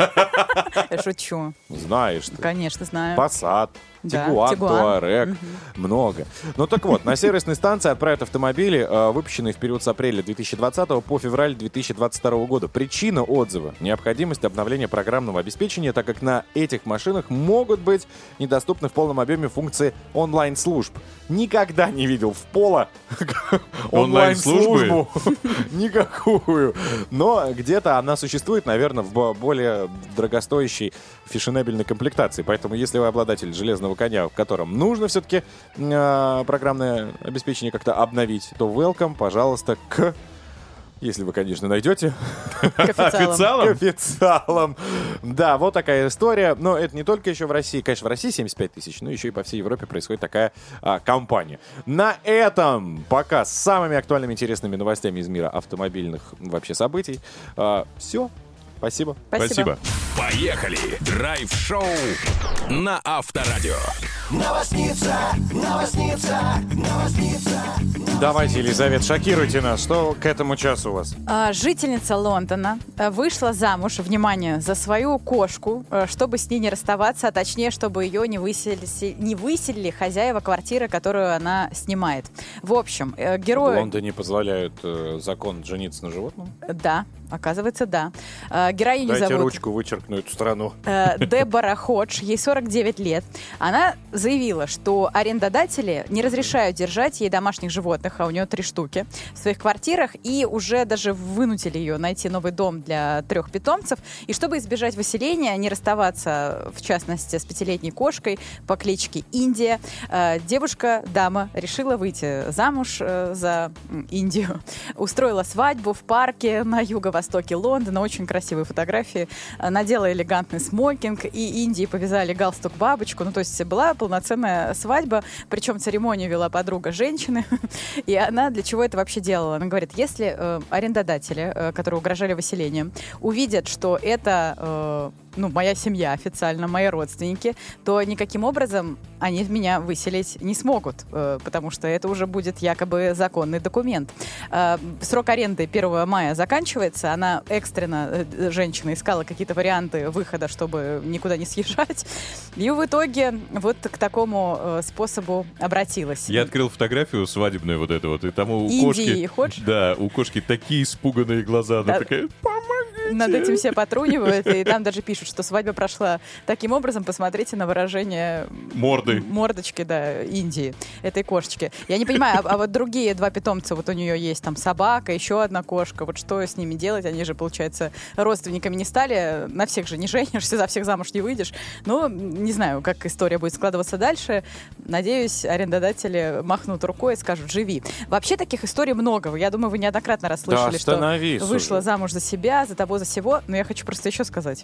Speaker 4: Я шучу.
Speaker 2: Знаешь ты.
Speaker 4: Конечно, знаю.
Speaker 2: Passat,
Speaker 4: Да,
Speaker 2: Tiguan,
Speaker 4: Tiguan.
Speaker 2: Touareg. Много. Так вот, на сервисной станции отправят автомобили, выпущенные в период с апреля 2020 по февраль 2022 года. Причина отзыва – необходимость обновления программного обеспечения, так как на этих машинах могут быть недоступны в полном объеме функции онлайн-служб. Никогда не видел в Пола онлайн-службу. Никакую. Но где-то она существует, наверное, в более дорогостоящей фешенебельной комплектации. Поэтому, если вы обладатель железного коня, в котором нужно все-таки программное обеспечение как-то обновить, то welcome, пожалуйста, к Если вы, конечно, найдете.
Speaker 4: К официалам.
Speaker 2: К официалам. Да, вот такая история. Но это не только еще в России. Конечно, в России 75 тысяч, но еще и по всей Европе происходит такая кампания. На этом пока с самыми актуальными, интересными новостями из мира автомобильных вообще событий. Все. Спасибо.
Speaker 3: Спасибо.
Speaker 1: Поехали! Драйв-шоу на Авторадио.
Speaker 2: Давайте, Елизавета, шокируйте нас. Что к этому часу у вас?
Speaker 4: Жительница Лондона вышла замуж, внимание, за свою кошку, чтобы с ней не расставаться, а точнее, чтобы ее не выселили хозяева квартиры, которую она снимает. В общем,
Speaker 2: В
Speaker 4: герой...
Speaker 2: Лондоне позволяют закон жениться на животном?
Speaker 4: Да, оказывается, да. Героиню
Speaker 2: Дайте
Speaker 4: зовут
Speaker 2: ручку, вычеркну эту страну.
Speaker 4: Дебора Ходж, ей 49 лет. Она заявила, что арендодатели не разрешают держать ей домашних животных, а у нее 3 штуки, в своих квартирах, и уже даже вынудили ее найти новый дом для 3 питомцев. И чтобы избежать выселения, не расставаться, в частности, с 5-летней кошкой по кличке Индия, девушка-дама решила выйти замуж за Индию. Устроила свадьбу в парке на юго-востоке Лондона. Очень красивые фотографии. Надела элегантный смокинг, и Индии повязали галстук-бабочку. Ну, то есть была полноценная свадьба, причем церемонию вела подруга женщины. И она для чего это вообще делала? Она говорит, если арендодатели, которые угрожали выселением, увидят, что это моя семья официально, мои родственники, то никаким образом они меня выселить не смогут, потому что это уже будет якобы законный документ. Срок аренды 1 мая заканчивается, она экстренно, женщина, искала какие-то варианты выхода, чтобы никуда не съезжать, и в итоге вот к такому способу обратилась.
Speaker 3: Я открыл фотографию свадебную вот эту вот, и там у
Speaker 4: Индии
Speaker 3: кошки...
Speaker 4: Ходж?
Speaker 3: Да, у кошки такие испуганные глаза, она такая...
Speaker 4: Над этим все потрунивают, и там даже пишут, что свадьба прошла таким образом. Посмотрите на выражение мордочки, да, Индии, этой кошечки. Я не понимаю, а вот другие 2 питомца, вот у нее есть там собака, еще одна кошка, вот что с ними делать? Они же, получается, родственниками не стали, на всех же не женишься, за всех замуж не выйдешь. Ну, не знаю, как история будет складываться дальше. Надеюсь, арендодатели махнут рукой и скажут, живи. Вообще таких историй много. Я думаю, вы неоднократно расслышали, что вышла замуж за себя, за того, за сего, но я хочу просто еще сказать.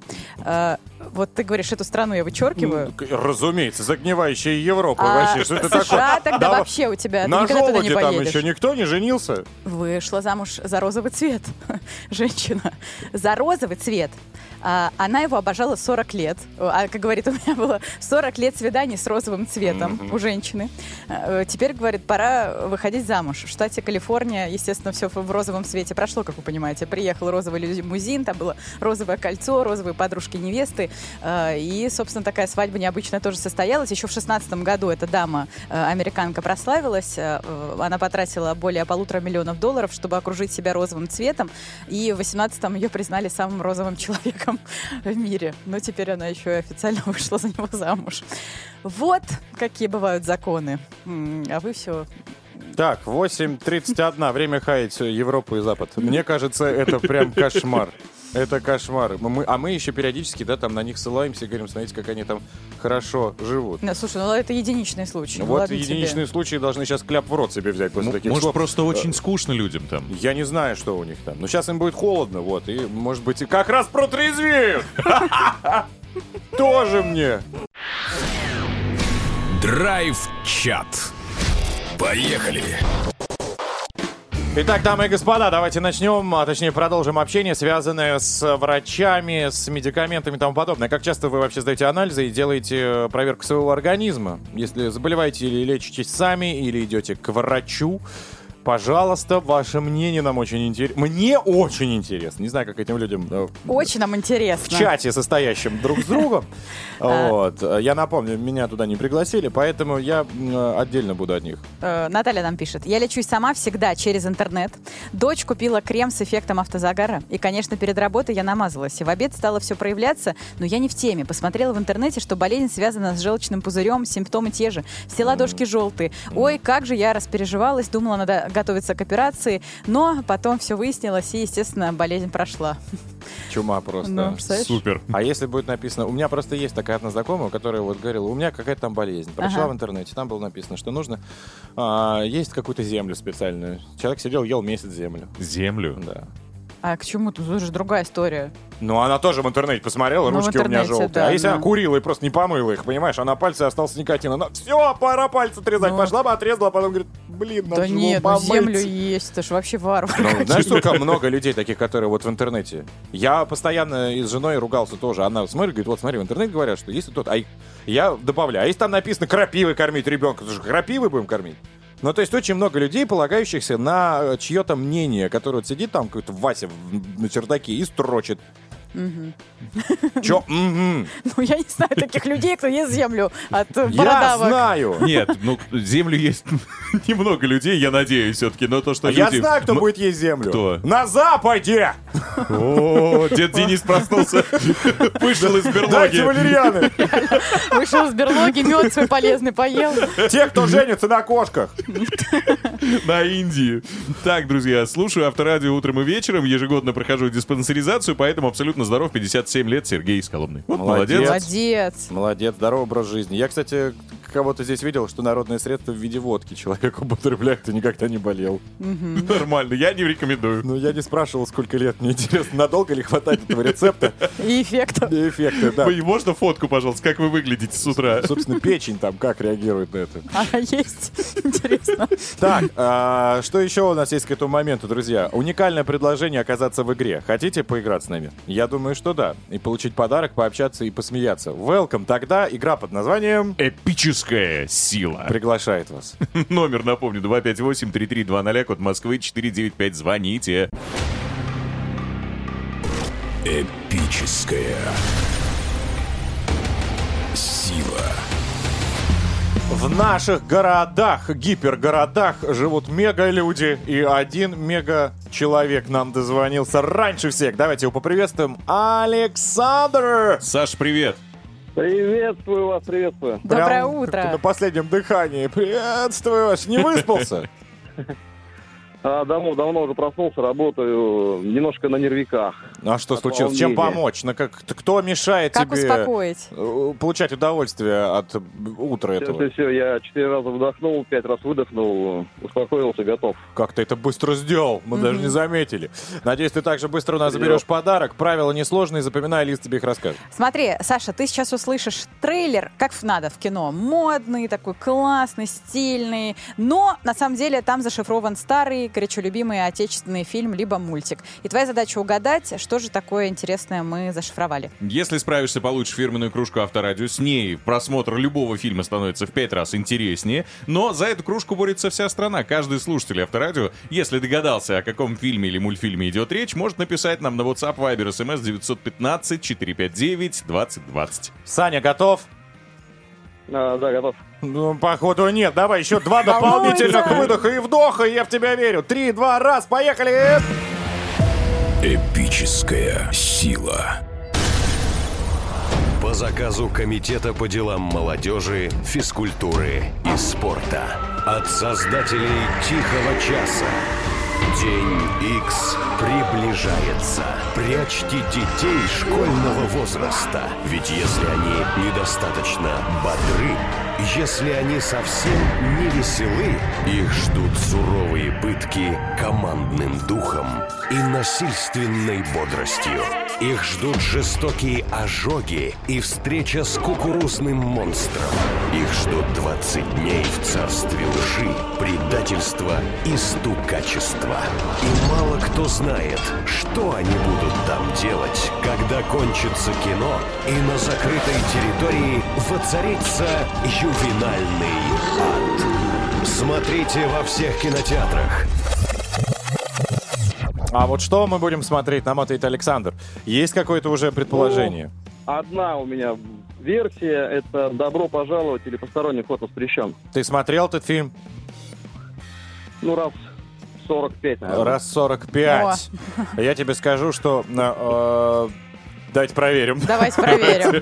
Speaker 4: Вот ты говоришь, эту страну я вычеркиваю.
Speaker 2: Разумеется, загнивающая Европа. Вообще, что это такое?
Speaker 4: США тогда вообще у тебя, ты
Speaker 2: на
Speaker 4: никогда туда не
Speaker 2: желуде там
Speaker 4: поедешь.
Speaker 2: еще никто не женился?
Speaker 4: Вышла замуж за розовый цвет. Женщина. За розовый цвет. Она его обожала 40 лет. А, как говорит, у меня было 40 лет свиданий с розовым цветом у женщины. Теперь, говорит, пора выходить замуж. В штате Калифорния, естественно, все в розовом цвете прошло, как вы понимаете. Приехал розовый лимузин, там было розовое кольцо, розовые подружки невесты. И, собственно, такая свадьба необычная тоже состоялась. Еще в 2016 году эта дама, американка, прославилась. Она потратила более $1,5 миллиона, чтобы окружить себя розовым цветом. И в 2018-м ее признали самым розовым человеком в мире. Но теперь она еще и официально вышла за него замуж. Вот какие бывают законы. А вы все...
Speaker 2: Так, 8:31. Время хаять Европу и Запад. Мне кажется, это прям кошмар. Это кошмар. Мы еще периодически, да, там на них ссылаемся и говорим, смотрите, как они там хорошо живут.
Speaker 4: Слушай, ну это единичный случай.
Speaker 2: Вот единичные случаи должны сейчас кляп в рот себе взять после таких слов.
Speaker 3: Может, просто очень скучно людям там.
Speaker 2: Я не знаю, что у них там. Но сейчас им будет холодно, вот, и, может быть, и как раз протрезвеют. Тоже мне.
Speaker 1: Драйв-чат. Поехали!
Speaker 2: Итак, дамы и господа, давайте начнем, а точнее продолжим общение, связанное с врачами, с медикаментами и тому подобное. Как часто вы вообще сдаете анализы и делаете проверку своего организма? Если заболеваете или лечитесь сами, или идете к врачу, пожалуйста, ваше мнение нам очень интересно. Мне очень интересно. Не знаю, как этим людям...
Speaker 4: Очень нам интересно.
Speaker 2: В чате, состоящем друг с другом. Вот. Я напомню, меня туда не пригласили, поэтому я отдельно буду от них.
Speaker 4: Наталья нам пишет. Я лечусь сама всегда через интернет. Дочь купила крем с эффектом автозагара. И, конечно, перед работой я намазалась. И в обед стало все проявляться, но я не в теме. Посмотрела в интернете, что болезнь связана с желчным пузырем, симптомы те же. Все ладошки желтые. Ой, как же я распереживалась, думала, надо готовиться к операции, но потом все выяснилось, и, естественно, болезнь прошла.
Speaker 2: Чума просто.
Speaker 4: Ну, представляешь?
Speaker 3: Супер.
Speaker 2: А если будет написано... У меня просто есть такая одна знакомая, которая вот говорила, у меня какая-то там болезнь. Прочла
Speaker 4: Ага.
Speaker 2: в интернете, там было написано, что нужно есть какую-то землю специальную. Человек сидел, ел месяц землю.
Speaker 3: Землю.
Speaker 2: Да.
Speaker 4: А к чему тут уже другая история?
Speaker 2: Ну, она тоже в интернете посмотрела,
Speaker 4: Ну, в
Speaker 2: ручки у меня
Speaker 4: интернете,
Speaker 2: желтые.
Speaker 4: да,
Speaker 2: А если
Speaker 4: ну.
Speaker 2: она курила и просто не помыла их, понимаешь, а на пальце остался никотин. Она, все, пора пальцы отрезать.
Speaker 4: Ну.
Speaker 2: Пошла бы, отрезала, а потом говорит, блин, надо
Speaker 4: Да
Speaker 2: же
Speaker 4: нет,
Speaker 2: его
Speaker 4: ну
Speaker 2: помыть.
Speaker 4: землю есть, это же вообще варвар.
Speaker 2: Ну, знаешь, сколько много людей таких, которые вот в интернете. Я постоянно и с женой ругался тоже. Она смотрит, говорит, вот смотри, в интернете говорят, что если тот... А я добавляю, а если там написано крапивой кормить ребенка, то же крапивой будем кормить? Ну, то есть очень много людей, полагающихся на чье-то мнение, которое вот сидит там, какой-то Вася на чердаке и строчит. Чё? Мгм.
Speaker 4: Ну, я не знаю таких людей, кто ест землю от
Speaker 2: Я
Speaker 4: бородавок.
Speaker 2: знаю.
Speaker 3: Нет, ну, землю есть немного людей, я надеюсь, все-таки, но то, что
Speaker 2: Я
Speaker 3: люди...
Speaker 2: знаю, кто будет есть землю.
Speaker 3: Кто?
Speaker 2: На Западе!
Speaker 3: О, дед Денис проснулся, вышел из
Speaker 2: Дайте
Speaker 3: берлоги.
Speaker 2: валерьяны!
Speaker 4: Вышел из берлоги, мед свой полезный поел.
Speaker 2: Те, кто женится на кошках.
Speaker 3: На Индии. Так, друзья, слушаю Авторадио утром и вечером, ежегодно прохожу диспансеризацию, поэтому абсолютно здоров, 57 лет, Сергей из Коломны. Вот,
Speaker 2: Молодец.
Speaker 3: молодец.
Speaker 4: Молодец.
Speaker 2: Молодец, здоровый образ жизни. Я, кстати, кого-то здесь видел, что народное средство в виде водки человек употребляет и никогда не болел.
Speaker 3: Нормально, я не рекомендую.
Speaker 2: Но я не спрашивал, сколько лет. Мне интересно, надолго ли хватает этого рецепта
Speaker 4: И эффект.
Speaker 2: и эффекта, да.
Speaker 3: Вы- Можно фотку, пожалуйста, как вы выглядите с утра?
Speaker 2: Собственно, печень там как реагирует на это.
Speaker 4: Она есть. Интересно.
Speaker 2: Так, что еще у нас есть к этому моменту, друзья? Уникальное предложение оказаться в игре. Хотите поиграть с нами? Я думаю, что да. И получить подарок, пообщаться и посмеяться. Welcome. Тогда игра под названием
Speaker 3: Эпическая сила.
Speaker 2: приглашает вас.
Speaker 3: Номер, напомню, 258-3320, код Москвы 495. Звоните.
Speaker 1: Эпическая сила.
Speaker 2: В наших городах, гипергородах живут мега-люди, и один мега-человек нам дозвонился раньше всех. Давайте его поприветствуем. Александр!
Speaker 3: Саш, привет.
Speaker 7: Приветствую вас, приветствую.
Speaker 4: Доброе
Speaker 2: Прям
Speaker 4: утро.
Speaker 2: На последнем дыхании. Приветствую вас. Не выспался?
Speaker 7: Давно уже проснулся, работаю немножко на нервиках.
Speaker 2: А что
Speaker 7: От
Speaker 2: случилось? Чем
Speaker 7: волнения.
Speaker 2: помочь? Кто мешает
Speaker 4: Как
Speaker 2: тебе
Speaker 4: успокоить?
Speaker 2: получать удовольствие от утра этого?
Speaker 7: Все, я 4 раза вдохнул, 5 раз выдохнул, успокоился, готов.
Speaker 2: Как ты это быстро сделал? Мы даже не заметили. Надеюсь, ты также быстро у нас
Speaker 7: Сделал.
Speaker 2: заберешь подарок. Правила несложные, запоминай, Лиз тебе их расскажет.
Speaker 4: Смотри, Саша, ты сейчас услышишь трейлер, как надо в кино. Модный, такой классный, стильный. Но, на самом деле, там зашифрован старый, горячо любимый отечественный фильм, либо мультик. И твоя задача угадать, что же такое интересное мы зашифровали.
Speaker 3: Если справишься, получишь фирменную кружку Авторадио. С ней просмотр любого фильма становится в 5 раз интереснее. Но за эту кружку борется вся страна. Каждый слушатель Авторадио, если догадался, о каком фильме или мультфильме идет речь, может написать нам на WhatsApp, Viber, SMS 915-459-2020.
Speaker 2: Саня, готов?
Speaker 7: Да, готов.
Speaker 2: Ну, походу, нет. Давай еще 2 дополнительных
Speaker 4: Волнуется.
Speaker 2: выдоха и вдоха, и я в тебя верю. 3, 2, раз, поехали!
Speaker 1: Эпическая сила.
Speaker 8: По заказу Комитета по делам молодежи, физкультуры и спорта. От создателей «Тихого часа». День Икс приближается. Прячьте детей школьного возраста. Ведь если они недостаточно бодры, если они совсем не веселы, их ждут суровые пытки командным духом и насильственной бодростью. Их ждут жестокие ожоги и встреча с кукурузным монстром. Их ждут 20 дней в царстве лжи, предательства и стукачества. И мало кто знает, что они будут там делать, когда кончится кино и на закрытой территории воцарится ювенальный ад. Смотрите во всех кинотеатрах.
Speaker 2: А вот что мы будем смотреть, нам ответит Александр. Есть какое-то уже предположение?
Speaker 7: Одна у меня версия, это «Добро пожаловать» или «Посторонний вход воспрещен».
Speaker 2: Ты смотрел этот фильм?
Speaker 7: Ну, раз 45, наверное.
Speaker 2: Раз 45. Я тебе скажу, что... давайте проверим.
Speaker 4: Давайте проверим.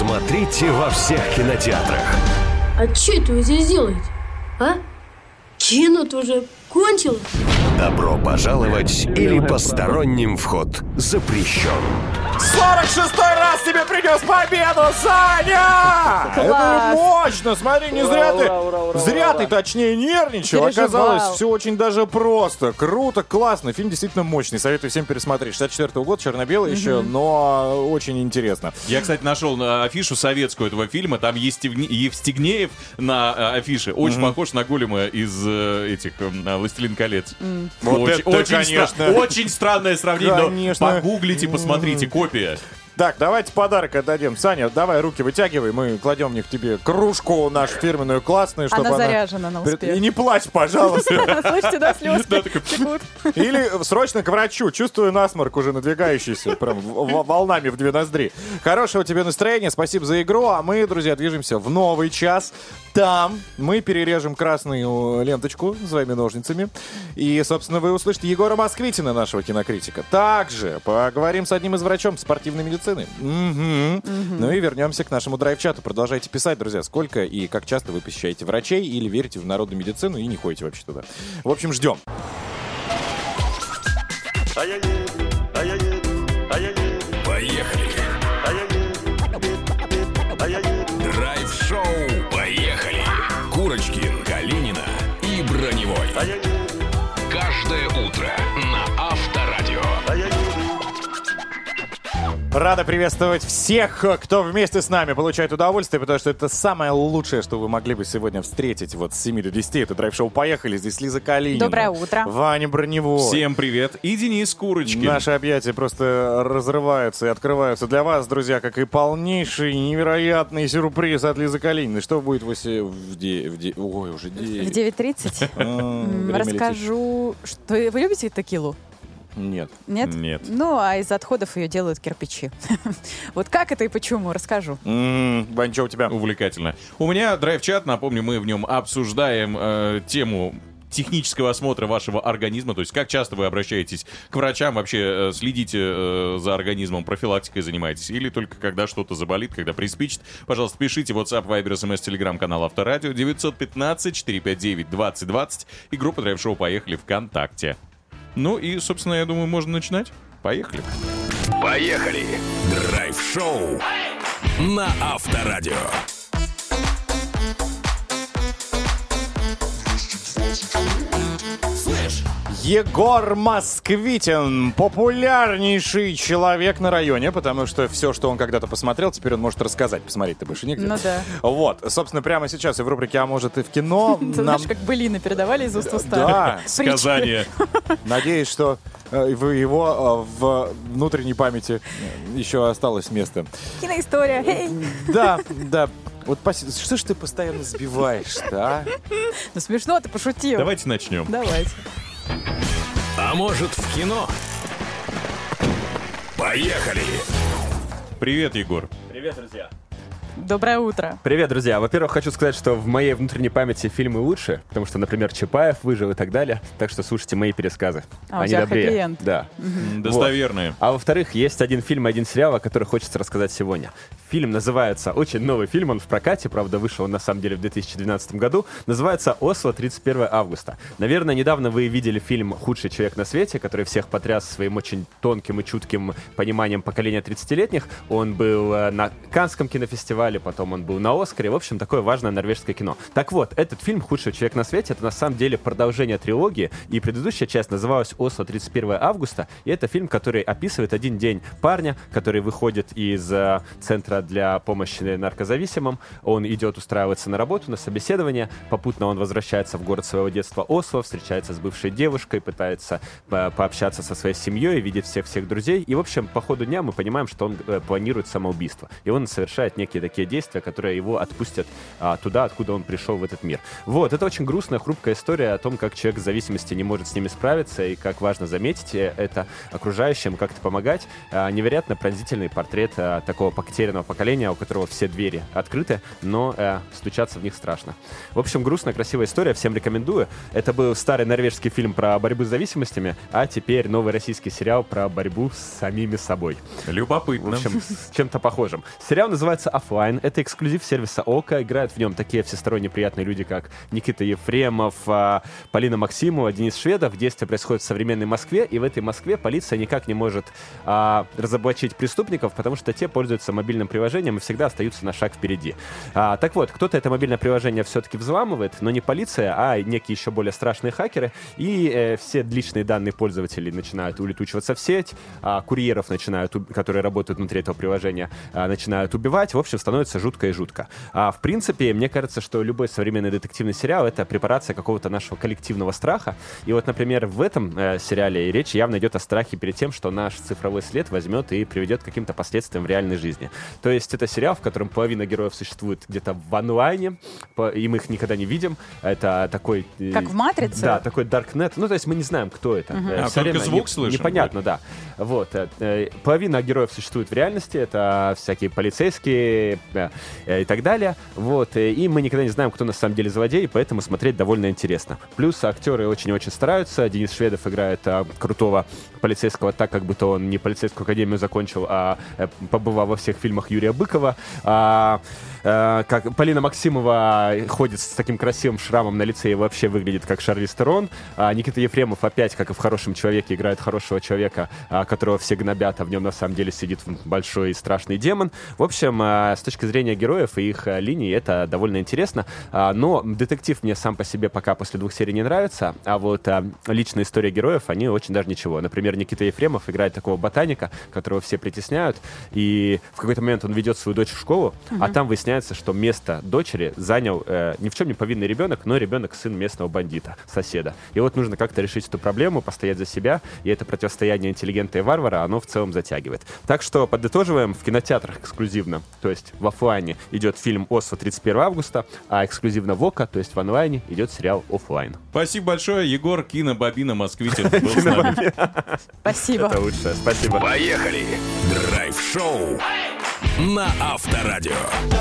Speaker 8: Смотрите во всех кинотеатрах.
Speaker 9: А что это вы здесь делаете? А? Кино-то уже кончилось.
Speaker 8: Добро пожаловать или посторонним вход запрещен.
Speaker 2: 46-й раз тебе принес победу, Саня! Это мощно! Смотри, не зря ты... Зря ты, точнее, нервничал. Оказалось, все очень даже просто. Круто, классно. Фильм действительно мощный. Советую всем пересмотреть. 64-го года, черно-белый еще, но очень интересно.
Speaker 3: Я, кстати, нашел афишу советскую этого фильма. Там есть Евстигнеев на афише. Очень похож на Голема из этих «Властелин колец».
Speaker 2: Вот это, конечно.
Speaker 3: Очень странное сравнение.
Speaker 2: Конечно.
Speaker 3: Но погуглите, посмотрите, копия.
Speaker 2: Так, давайте подарок отдадим. Саня, давай руки вытягивай, мы кладем в них тебе кружку нашу фирменную, классную, чтобы
Speaker 4: она заряжена на успех.
Speaker 2: И не плачь, пожалуйста.
Speaker 4: Слышите, да, слезки текут.
Speaker 2: Или срочно к врачу. Чувствую насморк уже надвигающийся, прям волнами в 2 ноздри. Хорошего тебе настроения, спасибо за игру. А мы, друзья, движемся в новый час. Там мы перережем красную ленточку своими ножницами. И, собственно, вы услышите Егора Москвитина, нашего кинокритика. Также поговорим с одним из врачом спортивной медицины. Ну и вернемся к нашему драйв-чату. Продолжайте писать, друзья, сколько и как часто вы посещаете врачей или верите в народную медицину и не ходите вообще туда. В общем, ждем.
Speaker 1: Поехали. Драйв-шоу. Поехали. Курочкин, Калинина и Броневой. Каждое утро на Авторадио.
Speaker 2: Рада приветствовать всех, кто вместе с нами получает удовольствие, потому что это самое лучшее, что вы могли бы сегодня встретить вот с 7 до 10. Это драйв-шоу «Поехали». Здесь Лиза Калинина.
Speaker 4: Доброе утро.
Speaker 2: Ваня Броневой.
Speaker 3: Всем привет. И Денис Курочкин.
Speaker 2: Наши объятия просто разрываются и открываются для вас, друзья, как и полнейший невероятный сюрприз от Лизы Калининой. Что будет в
Speaker 4: 9:30? Расскажу, что вы любите текилу?
Speaker 2: Нет.
Speaker 4: Нет?
Speaker 3: Нет.
Speaker 4: Ну, а из отходов ее делают кирпичи. Вот как это и почему, расскажу.
Speaker 2: Вань, что у тебя?
Speaker 3: Увлекательно. У меня драйв-чат, напомню, мы в нем обсуждаем тему технического осмотра вашего организма, то есть как часто вы обращаетесь к врачам, вообще следите за организмом, профилактикой занимаетесь, или только когда что-то заболит, когда приспичит. Пожалуйста, пишите WhatsApp, Viber, SMS, Telegram, канал Авторадио 915-459-2020 и группа драйв-шоу «Поехали» ВКонтакте. Ну и, собственно, я думаю, можно начинать. Поехали.
Speaker 1: Поехали. Драйв-шоу на Авторадио. Слышь!
Speaker 2: Егор Москвитин, популярнейший человек на районе, потому что все, что он когда-то посмотрел, теперь он может рассказать. Посмотреть-то больше нигде.
Speaker 4: Ну да.
Speaker 2: Вот, собственно, прямо сейчас и в рубрике «А может и в кино».
Speaker 4: Ты знаешь, как былины передавали из уст в уста.
Speaker 2: Да,
Speaker 3: сказание.
Speaker 2: Надеюсь, что вы его в внутренней памяти еще осталось место.
Speaker 4: Киноистория.
Speaker 2: Да, да. Вот что ж ты постоянно сбиваешь-то, а?
Speaker 4: Ну смешно, ты пошутил.
Speaker 3: Давайте начнем.
Speaker 4: Давайте.
Speaker 1: А может в кино? Поехали!
Speaker 3: Привет, Егор.
Speaker 10: Привет, друзья.
Speaker 4: Доброе утро.
Speaker 10: Привет, друзья. Во-первых, хочу сказать, что в моей внутренней памяти фильмы лучше, потому что, например, Чапаев выжил и так далее. Так что слушайте мои пересказы. Они добрее.
Speaker 4: хэппи-энд.
Speaker 10: Да.
Speaker 3: Достоверные.
Speaker 10: Вот. А во-вторых, есть один фильм, один сериал, о котором хочется рассказать сегодня. Фильм называется, очень новый фильм, он в прокате, правда, вышел он на самом деле в 2012 году. Называется «Осло. 31 августа». Наверное, недавно вы видели фильм «Худший человек на свете», который всех потряс своим очень тонким и чутким пониманием поколения 30-летних. Он был на Каннском кинофестивале, потом он был на «Оскаре». В общем, такое важное норвежское кино. Так вот, этот фильм «Худший человек на свете» — это на самом деле продолжение трилогии, и предыдущая часть называлась «Осло. 31 августа», и это фильм, который описывает один день парня, который выходит из центра для помощи наркозависимым. Он идет устраиваться на работу, на собеседование. Попутно он возвращается в город своего детства Осло, встречается с бывшей девушкой, пытается пообщаться со своей семьей, видит всех друзей. И, в общем, по ходу дня мы понимаем, что он планирует самоубийство. И он совершает некие такие действия, которые его отпустят туда, откуда он пришел в этот мир. Вот, это очень грустная, хрупкая история о том, как человек в зависимости не может с ними справиться, и как важно заметить это окружающим, как-то помогать. Невероятно пронзительный портрет такого потерянного поколения, у которого все двери открыты, но стучаться в них страшно. В общем, грустная, красивая история, всем рекомендую. Это был старый норвежский фильм про борьбу с зависимостями, а теперь новый российский сериал про борьбу с самими собой.
Speaker 3: Любопытно.
Speaker 10: В общем, с чем-то похожим. Сериал называется «Оффлайн». Это эксклюзив сервиса ОКО. Играют в нем такие всесторонне приятные люди, как Никита Ефремов, Полина Максимова, Денис Шведов. Действие происходит в современной Москве, и в этой Москве полиция никак не может разоблачить преступников, потому что те пользуются мобильным приложением и всегда остаются на шаг впереди. Так вот, кто-то это мобильное приложение все-таки взламывает, но не полиция, а некие еще более страшные хакеры, и все личные данные пользователей начинают улетучиваться в сеть, курьеров которые работают внутри этого приложения, начинают убивать. В общем, становится жутко и жутко. В принципе, мне кажется, что любой современный детективный сериал — это препарация какого-то нашего коллективного страха. И вот, например, в этом сериале речь явно идет о страхе перед тем, что наш цифровой след возьмет и приведет к каким-то последствиям в реальной жизни. То есть это сериал, в котором половина героев существует где-то в онлайне, и мы их никогда не видим. Это такой...
Speaker 4: Как в «Матрице»?
Speaker 10: Да, такой даркнет. Ну, то есть мы не знаем, кто это.
Speaker 3: Только звук слышим.
Speaker 10: Непонятно, да. Вот. Половина героев существует в реальности. Это всякие полицейские и так далее. Вот. И мы никогда не знаем, кто на самом деле злодей, поэтому смотреть довольно интересно. Плюс актеры очень-очень стараются. Денис Шведов играет крутого полицейского так, как будто он не полицейскую академию закончил, а побывал во всех фильмах Юрия Быкова. Как Полина Максимова ходит с таким красивым шрамом на лице и вообще выглядит как Шарлиз Терон. Никита Ефремов опять, как и в «Хорошем человеке», играет хорошего человека, которого все гнобят, а в нем на самом деле сидит большой и страшный демон. В общем, с точки зрения героев и их линий это довольно интересно. Но детектив мне сам по себе пока после 2 серий не нравится, а вот личная история героев, они очень даже ничего. Например, Никита Ефремов играет такого ботаника, которого все притесняют, и в какой-то момент он ведет свою дочь в школу, а там выясняется, что место дочери занял ни в чем не повинный ребенок, но ребенок сын местного бандита, соседа. И вот нужно как-то решить эту проблему, постоять за себя, и это противостояние интеллигента и варвара, оно в целом затягивает. Так что подытоживаем, в кинотеатрах эксклюзивно, то есть в офлайне идет фильм «Осло» 31 августа, а эксклюзивно в ОКО, то есть в онлайне, идет сериал «Оффлайн».
Speaker 3: Спасибо большое, Егор, кинобобина Москвитин был с нами.
Speaker 4: Спасибо.
Speaker 10: Это лучшее, спасибо.
Speaker 1: Поехали! Драйв-шоу на Авторадио.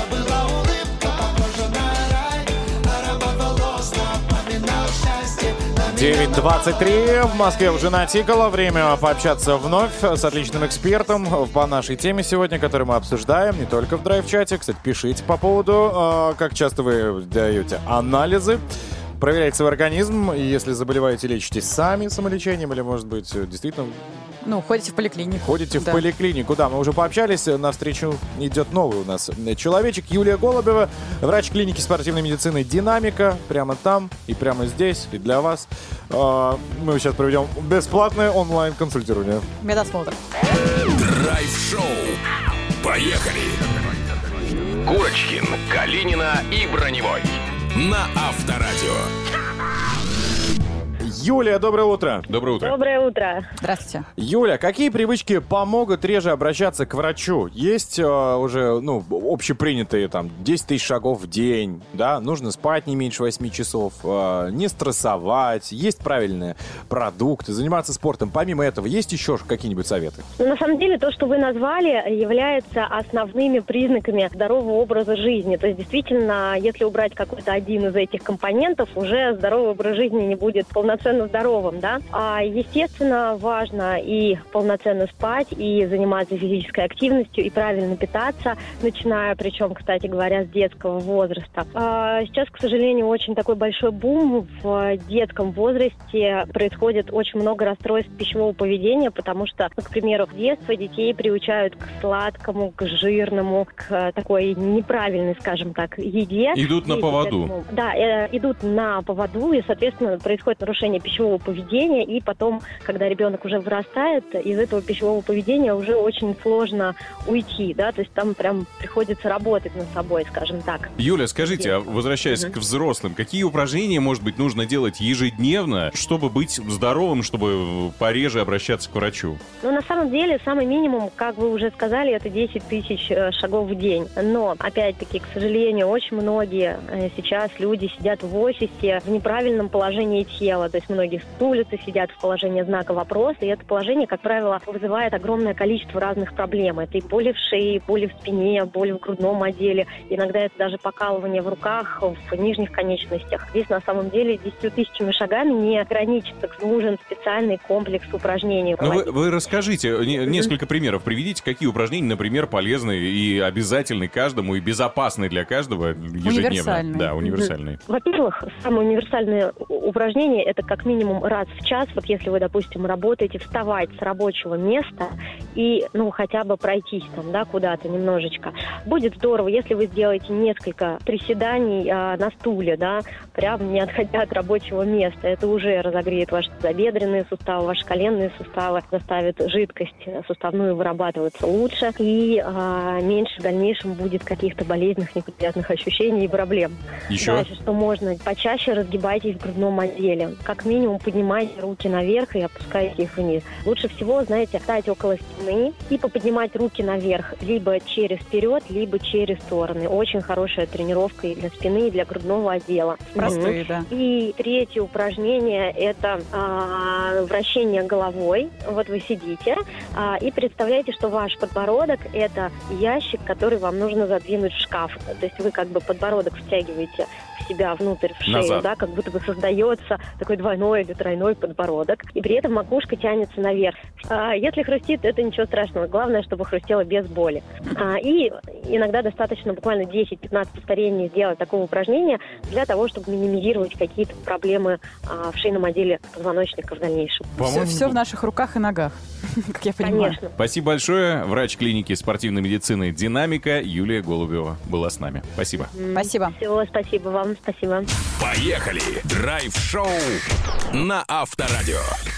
Speaker 2: 9:23 в Москве уже натикало. Время пообщаться вновь с отличным экспертом по нашей теме сегодня, которую мы обсуждаем не только в драйв-чате. Кстати, пишите по поводу, как часто вы даете анализы, проверяете свой организм, и если заболеваете, лечитесь сами самолечением, или, может быть, действительно...
Speaker 4: ходите в поликлинику.
Speaker 2: Ходите в поликлинику, да, мы уже пообщались, навстречу идет новый у нас человечек, Юлия Голубева, врач клиники спортивной медицины «Динамика», прямо там и прямо здесь, и для вас. Мы сейчас проведем бесплатное онлайн-консультирование.
Speaker 4: Медосмотр.
Speaker 1: Драйв-шоу. Поехали! Курочкин, Калинина и Броневой на Авторадио.
Speaker 2: Юлия, доброе утро.
Speaker 3: Доброе утро.
Speaker 5: Доброе утро.
Speaker 4: Здравствуйте.
Speaker 2: Юля, какие привычки помогут реже обращаться к врачу? Есть уже, общепринятые, 10 тысяч шагов в день, да? Нужно спать не меньше 8 часов, не стрессовать, есть правильные продукты, заниматься спортом. Помимо этого, есть еще какие-нибудь советы?
Speaker 11: На самом деле, то, что вы назвали, является основными признаками здорового образа жизни. То есть, действительно, если убрать какой-то один из этих компонентов, уже здоровый образ жизни не будет полноценно здоровым, да. Естественно, важно и полноценно спать, и заниматься физической активностью, и правильно питаться, начиная, причем, кстати говоря, с детского возраста. Сейчас, к сожалению, очень такой большой бум в детском возрасте. Происходит очень много расстройств пищевого поведения, потому что, к примеру, с детства детей приучают к сладкому, к жирному, к такой неправильной, скажем так, еде.
Speaker 3: Идут на поводу.
Speaker 11: Да, идут на поводу, и, соответственно, происходит нарушение пищевого поведения, и потом, когда ребенок уже вырастает, из этого пищевого поведения уже очень сложно уйти, да, то есть там прям приходится работать над собой, скажем так.
Speaker 3: Юля, скажите, возвращаясь к взрослым, какие упражнения, может быть, нужно делать ежедневно, чтобы быть здоровым, чтобы пореже обращаться к врачу?
Speaker 11: На самом деле, самый минимум, как вы уже сказали, это 10 тысяч шагов в день. Но, опять-таки, к сожалению, очень многие сейчас люди сидят в офисе в неправильном положении тела, то есть многие с улицы сидят в положении знака вопроса, и это положение, как правило, вызывает огромное количество разных проблем. Это и боли в шее, боли в спине, боли в грудном отделе, иногда это даже покалывание в руках, в нижних конечностях. Здесь на самом деле 10 тысячами шагами не ограничится, нужен специальный комплекс упражнений.
Speaker 3: Ну, вы расскажите, несколько примеров приведите, какие упражнения, например, полезны и обязательны каждому, и безопасны для каждого ежедневно.
Speaker 4: Универсальные.
Speaker 3: Да, универсальные.
Speaker 11: Во-первых, самое универсальное упражнение — это как минимум раз в час. Вот если вы, допустим, работаете, вставать с рабочего места и, хотя бы пройтись там, да, куда-то немножечко. Будет здорово, если вы сделаете несколько приседаний на стуле, да, прям не отходя от рабочего места. Это уже разогреет ваши тазобедренные суставы, ваши коленные суставы, заставит жидкость суставную вырабатываться лучше, и меньше в дальнейшем будет каких-то болезненных, неприятных ощущений и проблем.
Speaker 3: Еще?
Speaker 11: Дальше, что можно? Почаще разгибайтесь в грудном отделе. Как минимум поднимайте руки наверх и опускайте их вниз. Лучше всего, знаете, встать около стены и поподнимать руки наверх, либо через вперед, либо через стороны. Очень хорошая тренировка и для спины, и для грудного отдела.
Speaker 4: Простые, да.
Speaker 11: И третье упражнение — это вращение головой. Вот вы сидите и представляете, что ваш подбородок — это ящик, который вам нужно задвинуть в шкаф. То есть вы как бы подбородок втягиваете в себя внутрь, в шею,
Speaker 3: назад.
Speaker 11: да, как будто бы создается такой двойной или тройной подбородок, и при этом макушка тянется наверх. Если хрустит, это ничего страшного. Главное, чтобы хрустело без боли. И иногда достаточно буквально 10-15 повторений сделать такого упражнения для того, чтобы минимизировать какие-то проблемы в шейном отделе позвоночника в дальнейшем.
Speaker 4: Все в наших руках и ногах, как я понимаю.
Speaker 11: Конечно.
Speaker 3: Спасибо большое. Врач клиники спортивной медицины «Динамика» Юлия Голубева была с нами. Спасибо.
Speaker 4: Спасибо.
Speaker 11: Всего спасибо вам, спасибо.
Speaker 1: Поехали! Драйв-шоу на Авторадио.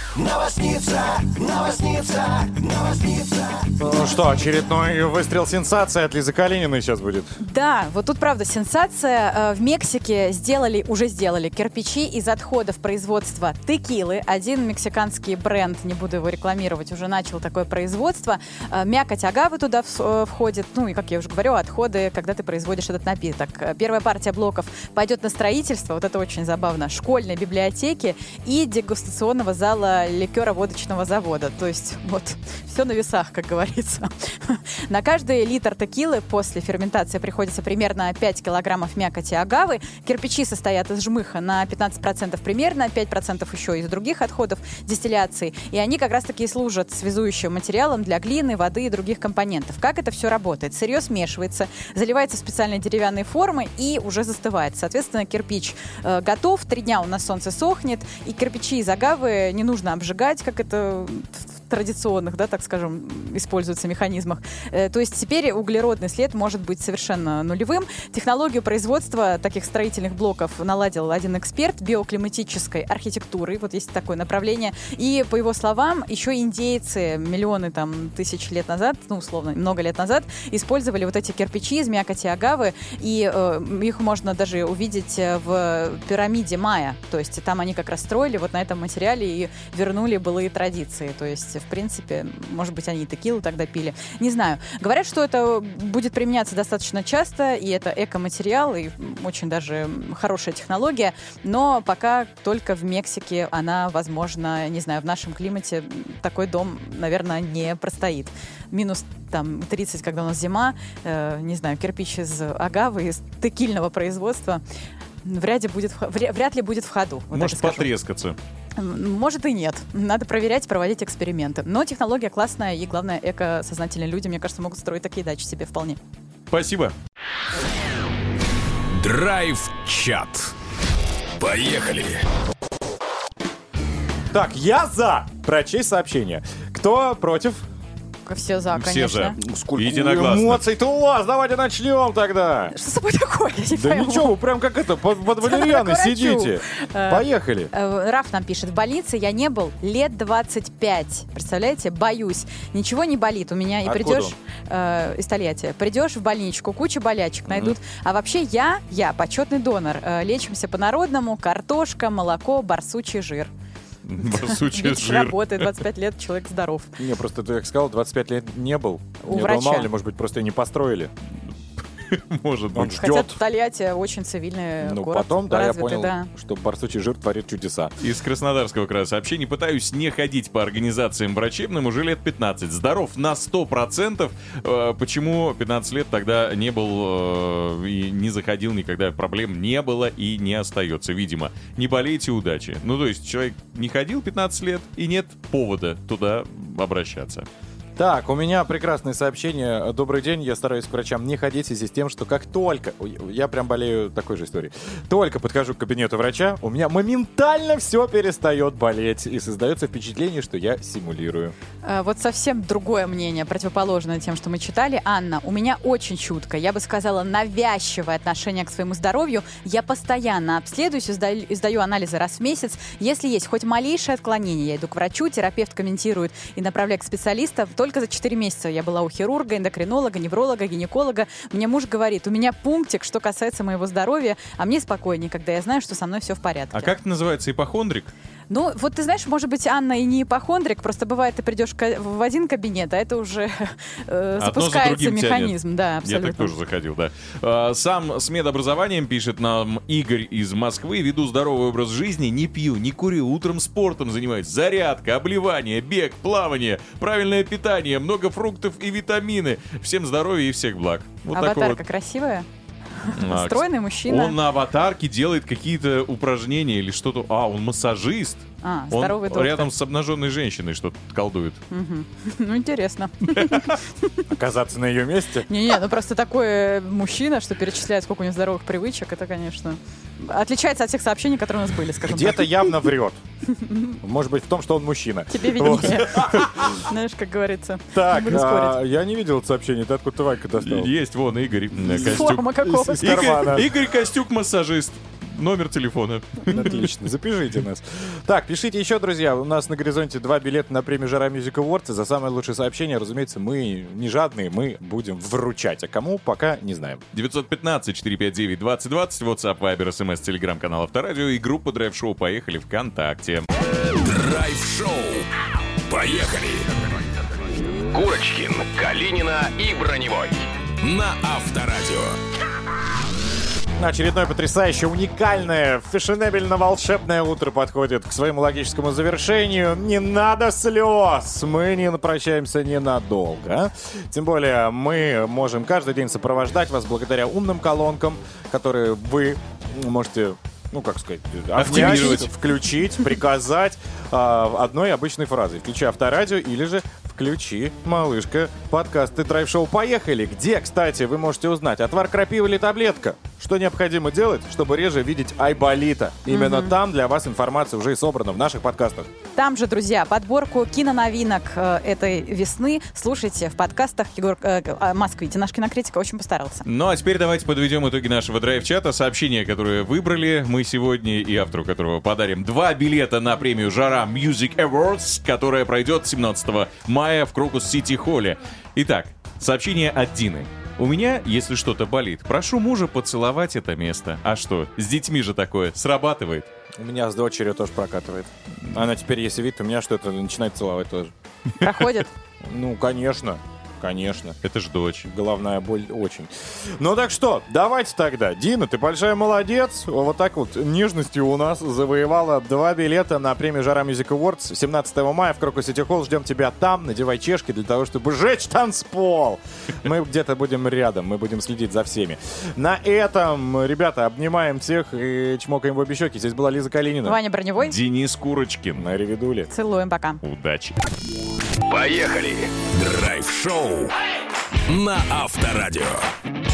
Speaker 2: Ну что, очередной выстрел сенсации от Лизы Калининой сейчас будет.
Speaker 4: Да, вот тут правда сенсация. В Мексике уже сделали кирпичи из отходов производства текилы. Один мексиканский бренд, не буду его рекламировать, уже начал такое производство. Мякоть агавы туда входит. Ну и, как я уже говорю, отходы, когда ты производишь этот напиток. Первая партия блоков пойдет на строительство, вот это очень забавно, школьной библиотеки и дегустационного зала ликеро-водочного завода. То есть вот все на весах, как говорится. На каждый литр текилы после ферментации приходится примерно 5 килограммов мякоти агавы. Кирпичи состоят из жмыха на 15% примерно, 5% еще из других отходов дистилляции. И они как раз-таки служат связующим материалом для глины, воды и других компонентов. Как это все работает? Сырье смешивается, заливается в специальные деревянные формы и уже застывает. Соответственно, кирпич готов, 3 дня он на солнце сохнет, и кирпичи из агавы не нужно обжигать, как это в традиционных, да, так скажем, используется механизмах. То есть теперь углеродный след может быть совершенно нулевым. Технологию производства таких строительных блоков наладил один эксперт биоклиматической архитектуры. Вот есть такое направление. И, по его словам, еще индейцы миллионы тысяч лет назад, условно, много лет назад, использовали вот эти кирпичи из мякоти агавы, и их можно даже увидеть в пирамиде Майя. То есть там они как раз строили вот на этом материале и вернули былые традиции. То есть, в принципе, может быть, они и текилу тогда пили. Не знаю. Говорят, что это будет применяться достаточно часто, и это экоматериал, и очень даже хорошая технология, но пока только в Мексике она, возможно, не знаю, в нашем климате такой дом, наверное, не простоит. Минус 30, когда у нас зима, не знаю, кирпич из агавы, из текильного производства вряд ли будет в ходу. Вот
Speaker 3: может потрескаться.
Speaker 4: Может и нет. Надо проверять, проводить эксперименты. Но технология классная, и, главное, эко-сознательные люди, мне кажется, могут строить такие дачи себе вполне.
Speaker 3: Спасибо.
Speaker 1: Драйв-чат. Поехали.
Speaker 2: Так, я за. Прочесть сообщение. Кто против?
Speaker 4: Все за,
Speaker 3: Все
Speaker 4: конечно.
Speaker 3: за.
Speaker 2: Сколько
Speaker 3: единогласно.
Speaker 2: эмоций-то у вас? Давайте начнем тогда.
Speaker 4: Что с тобой такое? Я не
Speaker 2: Да
Speaker 4: пойму.
Speaker 2: ничего, вы прям как это, под валерьяной сидите. Поехали.
Speaker 4: Раф нам пишет. В больнице я не был лет 25. Представляете? Боюсь. Ничего не болит у меня. И
Speaker 2: Откуда
Speaker 4: придешь из Тольятти. Придешь в больничку, куча болячек найдут. А вообще я почетный донор. Лечимся по-народному. Картошка, молоко, барсучий жир.
Speaker 3: Барсучий
Speaker 4: Видишь,
Speaker 3: жир.
Speaker 4: работает, 25 лет, человек здоров.
Speaker 2: Не, просто ты как сказал, 25 лет не был.
Speaker 4: У
Speaker 2: Не,
Speaker 4: врача.
Speaker 2: мало ли, может быть, просто и не построили.
Speaker 3: Может
Speaker 2: Он
Speaker 3: быть.
Speaker 2: ждет.
Speaker 4: Хотя Тольятти очень цивильный
Speaker 2: Ну,
Speaker 4: город.
Speaker 2: потом, да, я
Speaker 4: развитый,
Speaker 2: понял,
Speaker 4: да.
Speaker 2: что барсучий жир творит чудеса.
Speaker 3: Из Краснодарского края сообщение. Пытаюсь не ходить по организациям врачебным уже лет 15. Здоров на 100%. Почему 15 лет тогда не был и не заходил никогда? Проблем не было и не остается, видимо. Не болейте, удачи. Ну, то есть человек не ходил 15 лет и нет повода туда обращаться.
Speaker 2: Так, у меня прекрасное сообщение. Добрый день, я стараюсь к врачам не ходить в связи с тем, что как только... Ой, я прям болею такой же историей. Только подхожу к кабинету врача, у меня моментально все перестает болеть. И создается впечатление, что я симулирую.
Speaker 4: Вот совсем другое мнение, противоположное тем, что мы читали. Анна, у меня очень чутко, я бы сказала, навязчивое отношение к своему здоровью. Я постоянно обследуюсь и сдаю анализы раз в месяц. Если есть хоть малейшее отклонение, я иду к врачу, терапевт комментирует и направляет к специалистам. Только за 4 месяца я была у хирурга, эндокринолога, невролога, гинеколога. Мне муж говорит, у меня пунктик, что касается моего здоровья, а мне спокойнее, когда я знаю, что со мной все в порядке.
Speaker 3: А как это называется? Ипохондрик?
Speaker 4: Ну, вот ты знаешь, может быть, Анна и не ипохондрик, просто бывает, ты придешь в один кабинет, а это уже запускается механизм.
Speaker 3: Тянет.
Speaker 4: Да, абсолютно.
Speaker 3: Я так тоже заходил, да. Сам с медобразованием, пишет нам Игорь из Москвы, веду здоровый образ жизни, не пью, не курю, утром спортом занимаюсь, зарядка, обливание, бег, плавание, правильное питание, много фруктов и витамины. Всем здоровья и всех благ. Вот
Speaker 4: Аватарка
Speaker 3: вот.
Speaker 4: красивая? Стройный мужчина.
Speaker 3: Он на аватарке делает какие-то упражнения или что-то. А, он массажист.
Speaker 4: Здоровый доктор.
Speaker 3: Он рядом с обнаженной женщиной что-то колдует.
Speaker 4: Ну, интересно.
Speaker 2: Оказаться на ее месте?
Speaker 4: Не-не, ну просто такой мужчина, что перечисляет, сколько у него здоровых привычек, это, конечно, отличается от всех сообщений, которые у нас были, скажем так.
Speaker 2: Где-то явно врет. Может быть, в том, что он мужчина.
Speaker 4: Тебе виднее. Знаешь, как говорится.
Speaker 2: Так,
Speaker 4: буду спорить.
Speaker 2: я не видел это сообщение. Ты откуда Ванька достал?
Speaker 3: Есть, вон, Игорь.
Speaker 4: Форма какого-то.
Speaker 2: Из кармана.
Speaker 3: Игорь Костюк, массажист. Номер телефона.
Speaker 2: Отлично, запишите нас. Так, пишите еще, друзья. У нас на горизонте 2 билета на премию «Жара Music Awards». И за самое лучшее сообщение, разумеется, мы не жадные, мы будем вручать. А кому, пока не знаем.
Speaker 3: 915-459-2020, WhatsApp, Viber, SMS, Telegram-канал Авторадио и группа Drive Show «Поехали» ВКонтакте.
Speaker 1: Драйв-шоу. Поехали! Курочкин, Калинина и Броневой. На Авторадио.
Speaker 2: Очередное потрясающее, уникальное, фешенебельно-волшебное утро подходит к своему логическому завершению. Не надо слез! Мы не прощаемся ненадолго. Тем более мы можем каждый день сопровождать вас благодаря умным колонкам, которые вы можете... Ну, как сказать,
Speaker 3: активировать,
Speaker 2: включить, приказать одной обычной фразой. Включи Авторадио или же включи, малышка, подкасты Драйв-шоу «Поехали», где, кстати, вы можете узнать, отвар крапивы или таблетка. Что необходимо делать, чтобы реже видеть айболита. Именно там для вас информация уже и собрана в наших подкастах.
Speaker 4: Там же, друзья, подборку киноновинок этой весны слушайте в подкастах. Егор Москвите, наш кинокритик, очень постарался.
Speaker 3: Ну, а теперь давайте подведем итоги нашего драйв-чата. Сообщение, которое выбрали мы сегодня и автору которого подарим 2 билета на премию «Жара Music Awards», которая пройдет 17 мая в Крокус-Сити-Холле. Итак, сообщение от Дины. У меня, если что-то болит, прошу мужа поцеловать это место. А что, с детьми же такое срабатывает?
Speaker 2: У меня с дочерью тоже прокатывает. Она теперь, если видит, у меня что-то начинает целовать тоже.
Speaker 4: Проходит?
Speaker 2: Ну, конечно. Конечно.
Speaker 3: Это ж дочь.
Speaker 2: Головная боль очень. Ну так что, давайте тогда. Дина, ты большая молодец. Вот так вот нежностью у нас завоевала 2 билета на премию «Жара Music Awards» 17 мая в Крокус-Сити-Холл. Ждем тебя там. Надевай чешки для того, чтобы сжечь танцпол. Мы где-то будем рядом. Мы будем следить за всеми. На этом, ребята, обнимаем всех и чмокаем в обе щеки. Здесь была Лиза Калинина.
Speaker 4: Ваня Броневой.
Speaker 3: Денис Курочкин.
Speaker 2: На Ревидуле.
Speaker 4: Целуем, пока.
Speaker 3: Удачи.
Speaker 1: Поехали! Драйв-шоу на Авторадио.